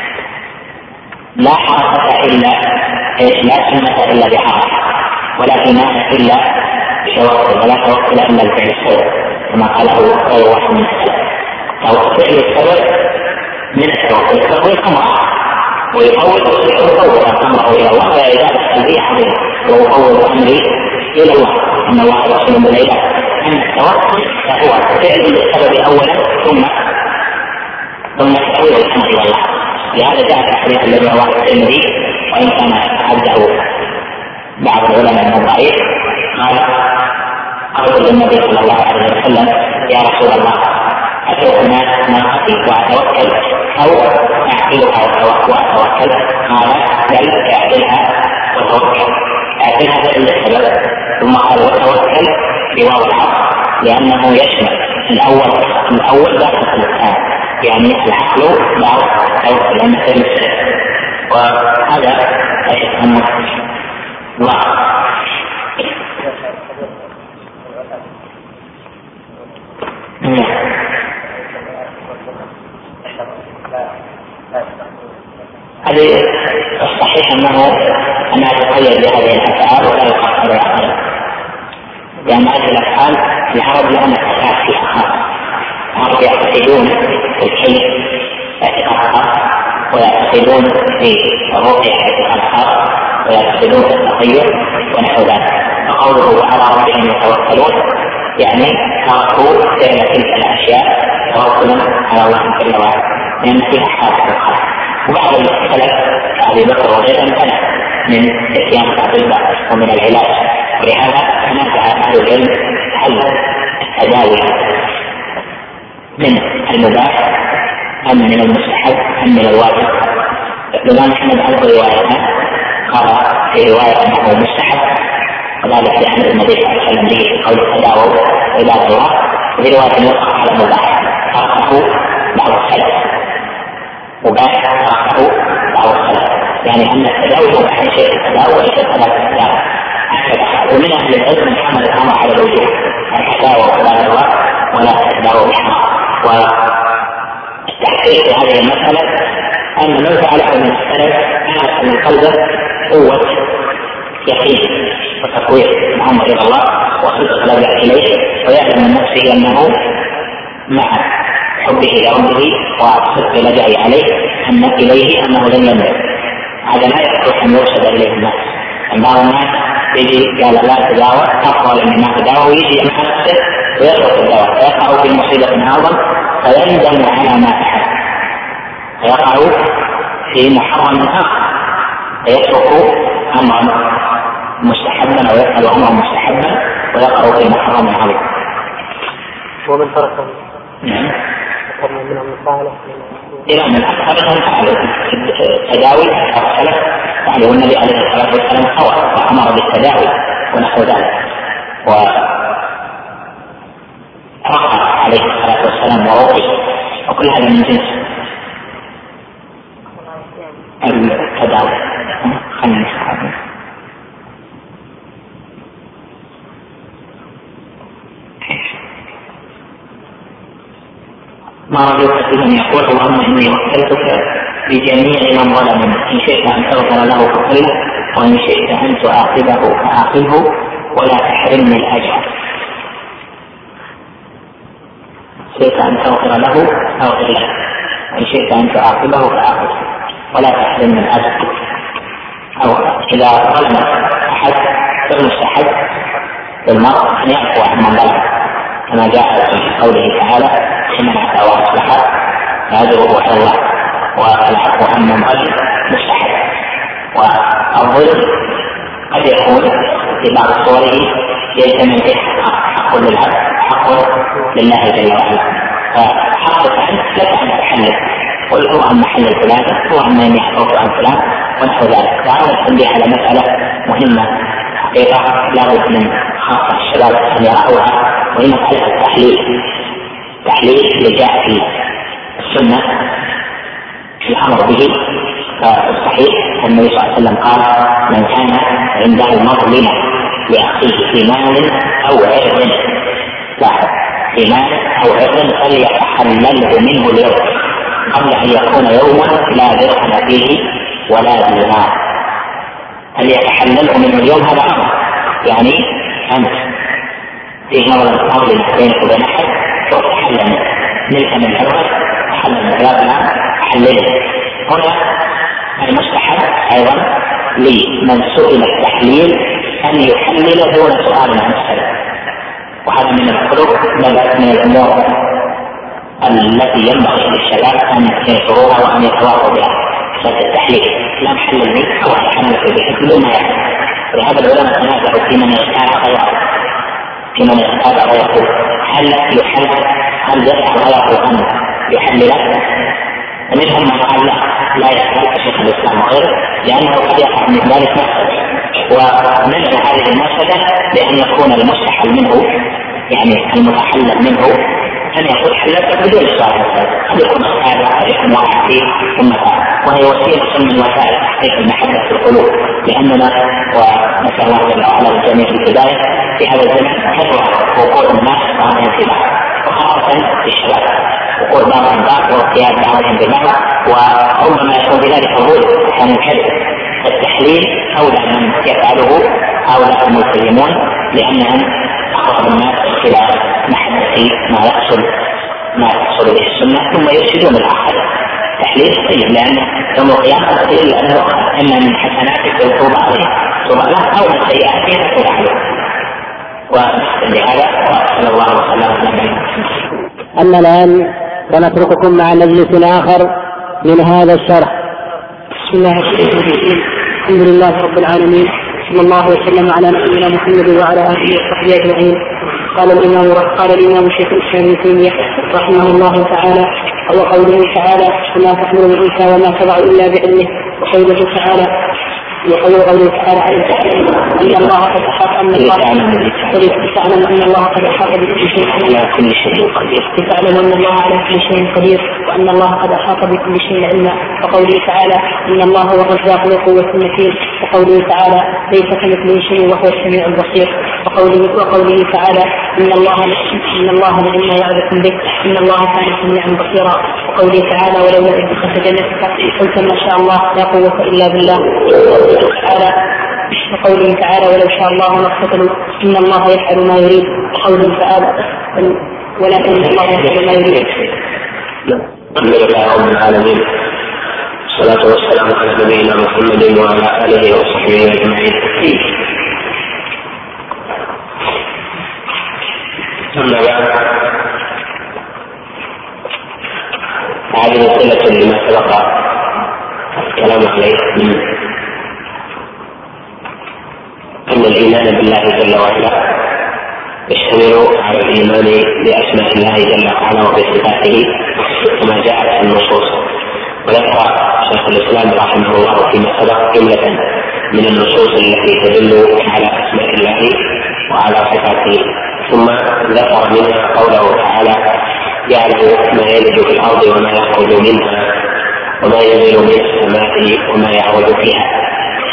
لا حركة إلا لا سنة إلا بحركة، ولا إيمان إلا بتوكل، ولا توكل إلا بفعل السبب كما قاله غير واحد من السلف. فعل السبب من التوكل فهو الأمر ويفوض ويفوض أمره إلى الله، وهي إجابة سلبية عظيمة، ويفوض أمري إلى الله إن الله رسول بالعباد. أما التوكل فهو فعل السبب أولا ثم ثم تفويض الأمر إلى الله. لهذا جاء في الحديث الذي رواه الترمذي وإن كان عده بعض العلماء من الضعيف قال قلت للنبي صلى الله عليه وسلم يا رسول الله أتركنا ناقتي وأتوكل أو أعقلها وأتوكل؟ قال بل أعقلها وتوكل. أعقلها فعل السبب ثم قال وتوكل بواو العطف لأنه يشمل الأول الأول داخل في الثاني، يعني العقل بعض التوكل لأنه فعل السبب. وهذا يفهم الله. هذه الصحيح أنه أنها تقيد بهذه الأفعال ولا يقصر العقل، لأن هذه الأفعال العرب لهم اتفاق فيها خاص. العرب يعتقدون في الكيف اعتقاد خاص، ويعتقدون في الرقية اعتقاد خاص، ويعتقدون في التغير ونحو ذلك. فقوله على ربهم يتوكلون يعني تركوا فعل تلك الأشياء توكلا على الله جل وعلا لأن فيها حادث الخلق. وبعض السلف كأبي بكر وغيره امتنع من اتيان الأطباء ومن العلاج، ولهذا تنازع أهل العلم هل التداوي من المباح أم من المستحب أم من الواجب. الإمام أحمد عنده روايتان، قال في رواية أنه مستحب وذلك لأن النبي صلى الله عليه وسلم به في قول التداوى عباد الله، وفي رواية أخرى على مباح تركه بعض السلف مباح تركه بعض السلف، يعني أن التداوي مباح شيء التداوي وليس ثلاث التداوي. ومن أهل العلم من حمل الأمر على الوجوب التداوى عباد الله ولا التداوى بحرام. والتحقيق في هذه المسألة أن من فعله من السلف كانت من قلبه قوة يقين وتقوير الأمر إلى الله وصدق لجأ إليه، ويعلم من نفسه أنه مع حبه لربه وصدق لجأ عليه أن إليه أنه لن يملك. هذا لا يصلح أن يرشد إليه الناس. بعض الناس يجي قال لا تداوى أفضل من ما تداوى، ويجي مع نفسه ويترك الدواء فيقع في مصيبة أعظم فيندم على ما فعل، فيقع في محرم آخر فيترك أمرا مستحبا أو يفعل أمرا مستحبا ويقع في محرم عظيم. ومن تركه نعم منهم الفاعل إلى من أكثرهم فعلوا التداوي السلف فعلوا النبي عليه الصلاة والسلام قوى وأمر بالتداوي ونحو ذلك، ورقى عليه الصلاة والسلام وروقي، وكل هذا من جنس التداوي. خلنا نسمع ما رجوك فيهم يقول اللهم إني وكلتك بجميع من ظلمني إن شئت أن تغفر له فاغفر له وإن شئت أن تعاقبه فعاقبه ولا تحرمني الأجر. شئت أن تغفر له فاغفر له وإن شئت أن تعاقبه فعاقبه. ولا تحرم من أجل، أو إذا ظلم أحد فالمستحب للمرء أن يعفو عن من ظلم، كما جاء في قوله تعالى: إن عفا وأصلح فأجره على الله، والعفو عن من ظلم مستحب. والظلم قد يكون في بعض صوره يجتمع فيه حق للعبد حق لله جل وعلا، فحقك أنت لك أن تحلل قل هو عن محل الفلان، هو عن من يحفظ عن فلان ونحو ذلك. وهذا التنبيه على مسألة مهمة حقيقة لا بد من خاصة الشباب أن يرعوها، وهي مسألة التحليل. التحليل اللي جاء في السنة في الأمر به فالصحيح النبي صلى الله عليه وسلم قال: من كان عنده مظلمة لأخيه في مال أو عرض، لاحظ، في مال أو عرض فليتحلله منه اليوم قبل أن يكون يوما لا درهم فيه ولا دينار. فليتحلله منه اليوم هذا أمر، يعني أنت في نظر الأمر بينك وبين أحد تحلل ملك من عرض، تحلل من ثلاثة تحلله. هنا المستحب أيضا لمن سئل التحليل أن يحلل دون سؤال عن السلف، وهذا من الخلق من الأمور التي ينبغي للشباب أن ينشروها وأن يتواصوا بها. فالتحليل لا نحلل منه أو نحلل به بدون ما يعلم. ولهذا العلماء تنازعوا في من يختار غيره، في من يختار غيره هل يحلل هل يسعى غيره أن يحلل؟ ومنهم من قال لا لا يحتاج شيخ الاسلام وغيره، لانه قد يقع من ذلك مفسده، ومنع هذه المفسده بان يكون المستحل منه يعني المتحلل منه ان يقول حللت بدون السؤال، قد يكون هذا قد يكون واقع فيه ثم وهي وسيله من وسائل تحقيق المحبه في القلوب. لاننا ونسال الله جل وعلا الجميع في البدايه في هذا الزمن كثر وقوع الناس بعضهم في بعض، وخاصه في الشباب، وقول بعضهم بعض واغتياب بعضهم ببعض، وربما يكون بذلك ظلم عن الكذب. التحليل اولى من يفعله هؤلاء الملتزمون، لانهم اقرب الناس الى محبه ما يحصل ما يحصل به السنه، ثم يفسدون الاخر. تحليل طيب، لان يوم القيامه تقول انه ان من حسناتك وتوب عليه توب له، او من سيئاتك توب عليه. ولهذا صلى الله وسلم على نبينا محمد. أما الآن فنترككم مع مجلس آخر من هذا الشرح. بسم الله الرحمن الرحيم. الحمد لله رب العالمين، صلى الله وسلم على نبينا محمد وعلى آله وصحبه أجمعين. قال الإمام قال الإمام شيخ الإسلام ابن تيمية رحمه الله تعالى: وقوله تعالى: وما تحمل من أنثى وما تضع إلا بعلمه. وقوله تعالى وقول قوله تعالى: أن الله قد أحاط أن الله تعلم أن الله قد أحاط بكل شيء على كل شيء قدير، تعلم أن الله على كل شيء قدير، وأن الله قد أحاط بكل شيء علما. وقوله تعالى: إن الله هو الرزاق ذو القوة المتين. وقوله تعالى: ليس كمثله شيء وهو السميع البصير. وقوله وقوله تعالى: إن الله إن الله لما يعظكم به إن الله كان سميعا بصيرا. وقوله تعالى: ولولا إذ دخلت جنتك قلت ما شاء الله لا قوة إلا بالله. تعالى وقوله تعالى: ولو شاء الله ما اقتتلوا إن الله يفعل ما يريد. وقوله تعالى: ولكن الله يفعل ما يريد. الحمد لله رب العالمين، والصلاة والسلام على نبينا محمد وعلى آله وصحبه أجمعين. أما بعد، هذه صلة لما سبق الكلام عليه أن الإيمان بالله جل وعلا يشتمل على الإيمان بأسماء الله جل وعلا وبصفاته كما جاءت في النصوص. وذكر شيخ الإسلام رحمه الله فيما سبق جملة من النصوص التي تدل على أسماء الله وعلى صفاته، ثم ذكر منها قوله تعالى: يعلم ما يلج في الأرض وما يخرج منها وما ينزل من السماء وما يعرج فيها.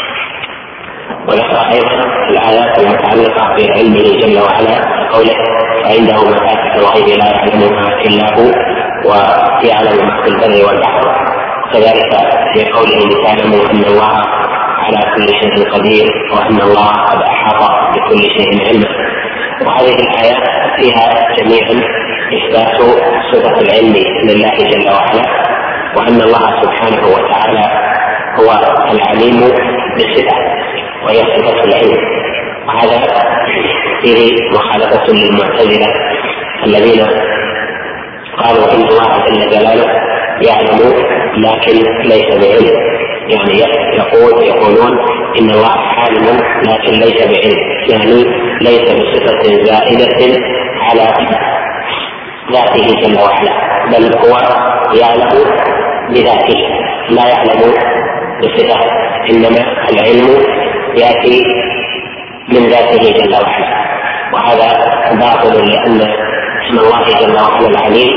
وذكر أيضا الآيات المتعلقة بعلمه جل وعلا قوله: وعنده مفاتح الغيب لا يعلمها إلا هو ويعلم ما في البر والبحر. كذلك في قوله: لتعلموا أن الله على كل شيء قدير وأن الله قد أحاط بكل شيء علما. وهذه الآيات فيها جميعا إثبات صفة العلم لله جل وعلا، وأن الله سبحانه وتعالى هو العليم بالصفات وهي صفة العلم. وهذا فيه مخالفة للمعتزلة الذين قالوا إن الله جل جلاله يعلم لكن ليس بعلم، يعني يقول يقولون إن الله عالم لكن ليس بعلم، يعني ليس بصفة زائدة على ذاته جل وعلا، بل هو يعلم بذاته لا يعلم بصفة، إنما العلم يأتي من ذاته جل وعلا. وهذا باطل، لأن اسم الله جل وعلا العليم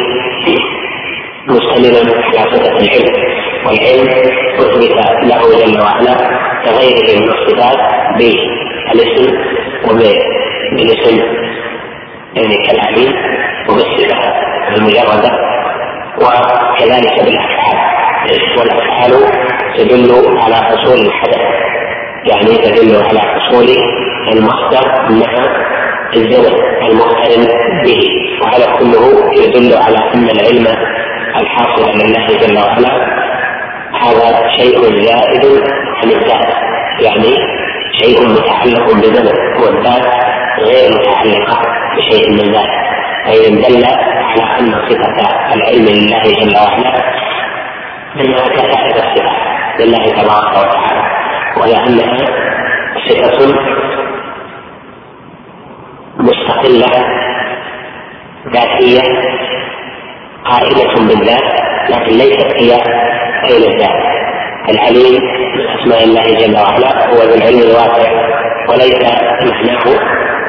مشتمل على صفة العلم، والعلم أثبت له جل وعلا كغيره من الصفات بالاسم وبالاسم يعني كالعليم وبالصفة المجردة، وكذلك بالأفعال. والأفعال تدل على حصول الحدث، يعني تدل على حصول المصدر مع الزمن المقترن به، وهذا كله يدل على أن العلم الحاصل لله جل وعلا هذا شيء زائد عن الذات، يعني شيء متعلق بزمن، والذات غير متعلقة بشيء من ذات. فإذا دل على أن صفة العلم لله جل وعلا أنها كسائر الصفات لله تبارك وتعالى، ولأنها صفة مستقلة ذاتية قائمة بالذات، لكن ليست هي غير الذات. العليم من أسماء الله جل وعلا هو ذو العلم الواسع، وليس معناه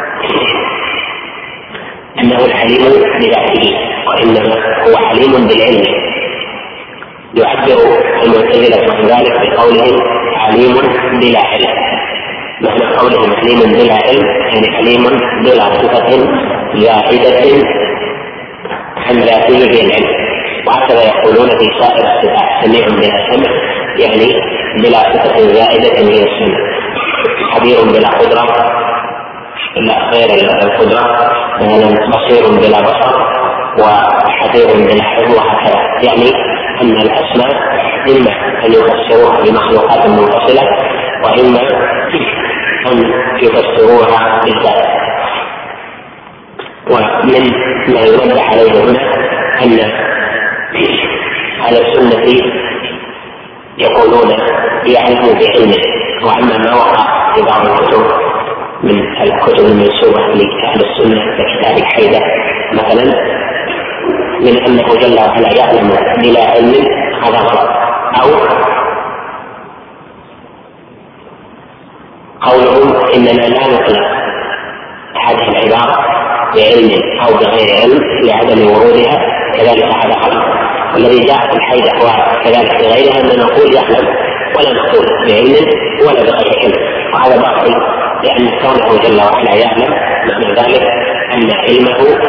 أنه العليم بذاته، وإنما هو عليم بالعلم. يعبر المعتزلة عن ذلك بقولهم عليم بلا علم. معنى قولهم عليم بلا علم يعني عليم بلا صفة زائدة عن ذاته بالعلم. وهكذا يقولون في سائر الصفات سميع بلا سمع، يعني بلا صفة زائدة من السمع، خبير بلا قدرة إلا غير القدرة، بصير بلا بصر، وحذير بلا حلم، وهكذا. يعني أن الأسماء إما أن يفسروها بمخلوقات منفصلة، وإما أن يفسروها بالذات. ومن ما يرد عليه هنا أن أهل السنة يقولون يعلم بعلمه، وأما ما وقع في بعض الكتب من الكتب المنسوبة لأهل السنة ككتاب الحيدة مثلا من أنه جل وعلا يعلم بلا علم، هذا غلط. أو قولهم إننا لا نطلق هذه العبارة بعلم أو بغير علم لعدم ورودها، كذلك هذا غلط. والذي جاء في الحيدة وكذلك في غيرها أن نقول يعلم ولا نقول بعلم ولا بغير علم، وهذا باطل، لأن كونه جل وعلا يعلم معنى ذلك أن علمه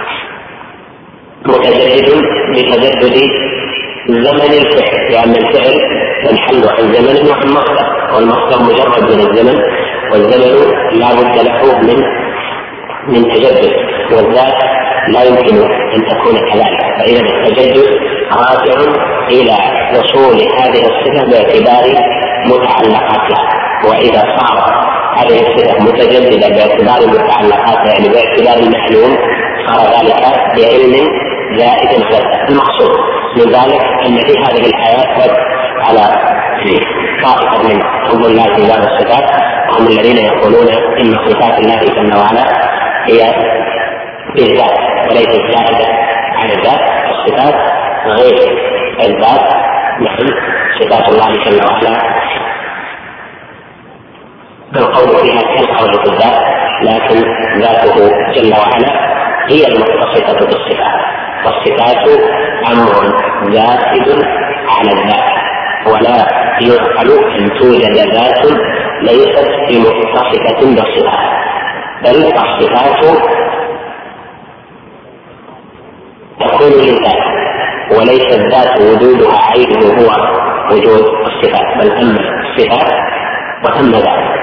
متجدد بتجدد زمن الفعل، لأن الفعل ينحل عن زمن وعن مصدر، والمصدر مجرد من الزمن، والزمن لا بد له من من تجدد، والذات لا يمكن أن تكون كذلك. فإذا التجدد راجع إلى وصول هذه الصفة باعتبار متعلقاتها، وإذا صار هذه الصفة متجددة باعتبار متعلقاتها يعني باعتبار المعلوم، صار ذلك بعلم زائد على المقصود. من ذلك أن في هذه الآيات رد على طائفة من هم الله ذات الصفات، وهم الذين يقولون إن صفات الله جل وعلا هي بالذات وليست زائدة على الذات. الصفات غير الذات، نعم صفات الله جل وعلا القول فيها كالقول في الذات، لكن ذاته جل وعلا هي المتصفة بالصفات، والصفات أمر زائد على الذات، ولا يعقل أن توجد ذات ليست بمتصفة بالصفات، بل الصفات تكون للذات، وليس الذات وجودها عينه هو وجود الصفات، بل أما الصفات وأما ذات.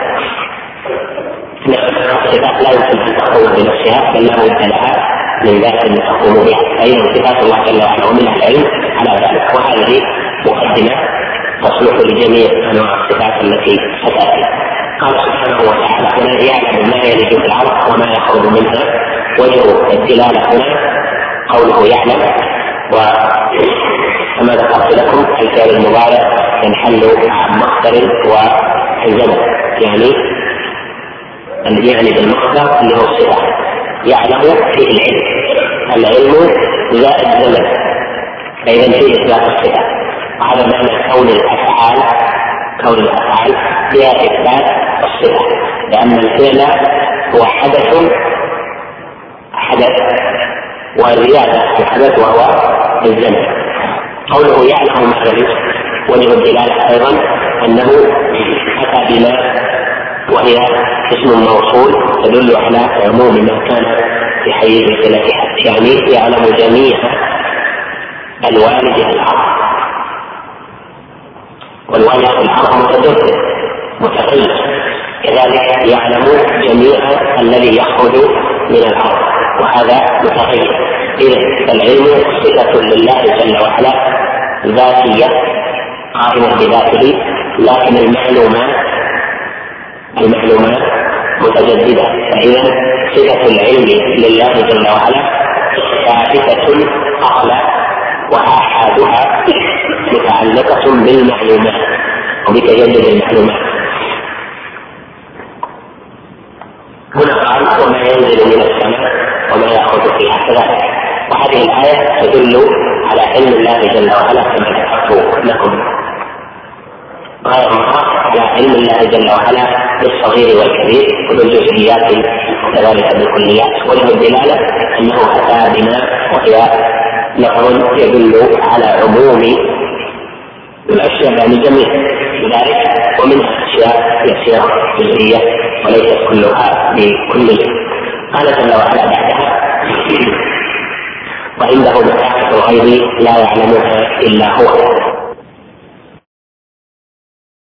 الصفات لا يمكن أن تقوم بنفسها، بل لا بد لها من ذات تقوم بها، فإن صفات الله جل وعلا ومنها العلم على ذلك. وهذه مقدمة تصلح لجميع انواع الصفات التي ستاتي. قال سبحانه وتعالى هنا يعلم ما يلج في الارض وما يخرج منها. وجه الدلاله هنا قوله يعلم، وكما ذكرت لكم الفعل المضارع ينحل عن مصدر والزمن، يعني يعني بالمصدر اللي هو الصفه. يعلم فيه العلم، العلم زائد زمن، فإذا فيه إثبات الصفة. وهذا معنى كون الأفعال كون الأفعال فيها إثبات الصفة، لأن الفعل هو حدث حدث وزيادة الحدث وهو الزمن. قوله يعلم ما يلج وجه الدلالة أيضا أنه أتى بما وهي اسم موصول تدل على عموم ما كان في حيز صلتها، يعني يعلم جميع الوالد في الأرض، والوالد في الأرض متجدد متغير، كذلك يعلم جميع الذي يخرج من الأرض وهذا متغير. إذن العلم صفة لله جل وعلا ذاتية قائمة بذاته، لكن المعلومات المعلومات متجددة، فإذا صفة العلم لله جل وعلا ثابتة أصلا وآحادها متعلقة بالمعلومات وبتجدد المعلومات. هنا قال وما ينزل من السماء وما يأخذ فيها كذلك، وهذه الآية تدل على علم الله جل وعلا كما ذكرت لكم غير مرة على علم الله جل وعلا بالصغير والكبير وبالجزئيات وكذلك بالكليات. وله الدلالة أنه أتى بما وهي لفظ يدل على عموم الأشياء يعني جميع ذلك، ومنها أشياء يسيرة جزئية وليست كلها بكلية. قال جل وعلا بعدها وعنده مفاتيح الغيب لا يعلمها إلا هو.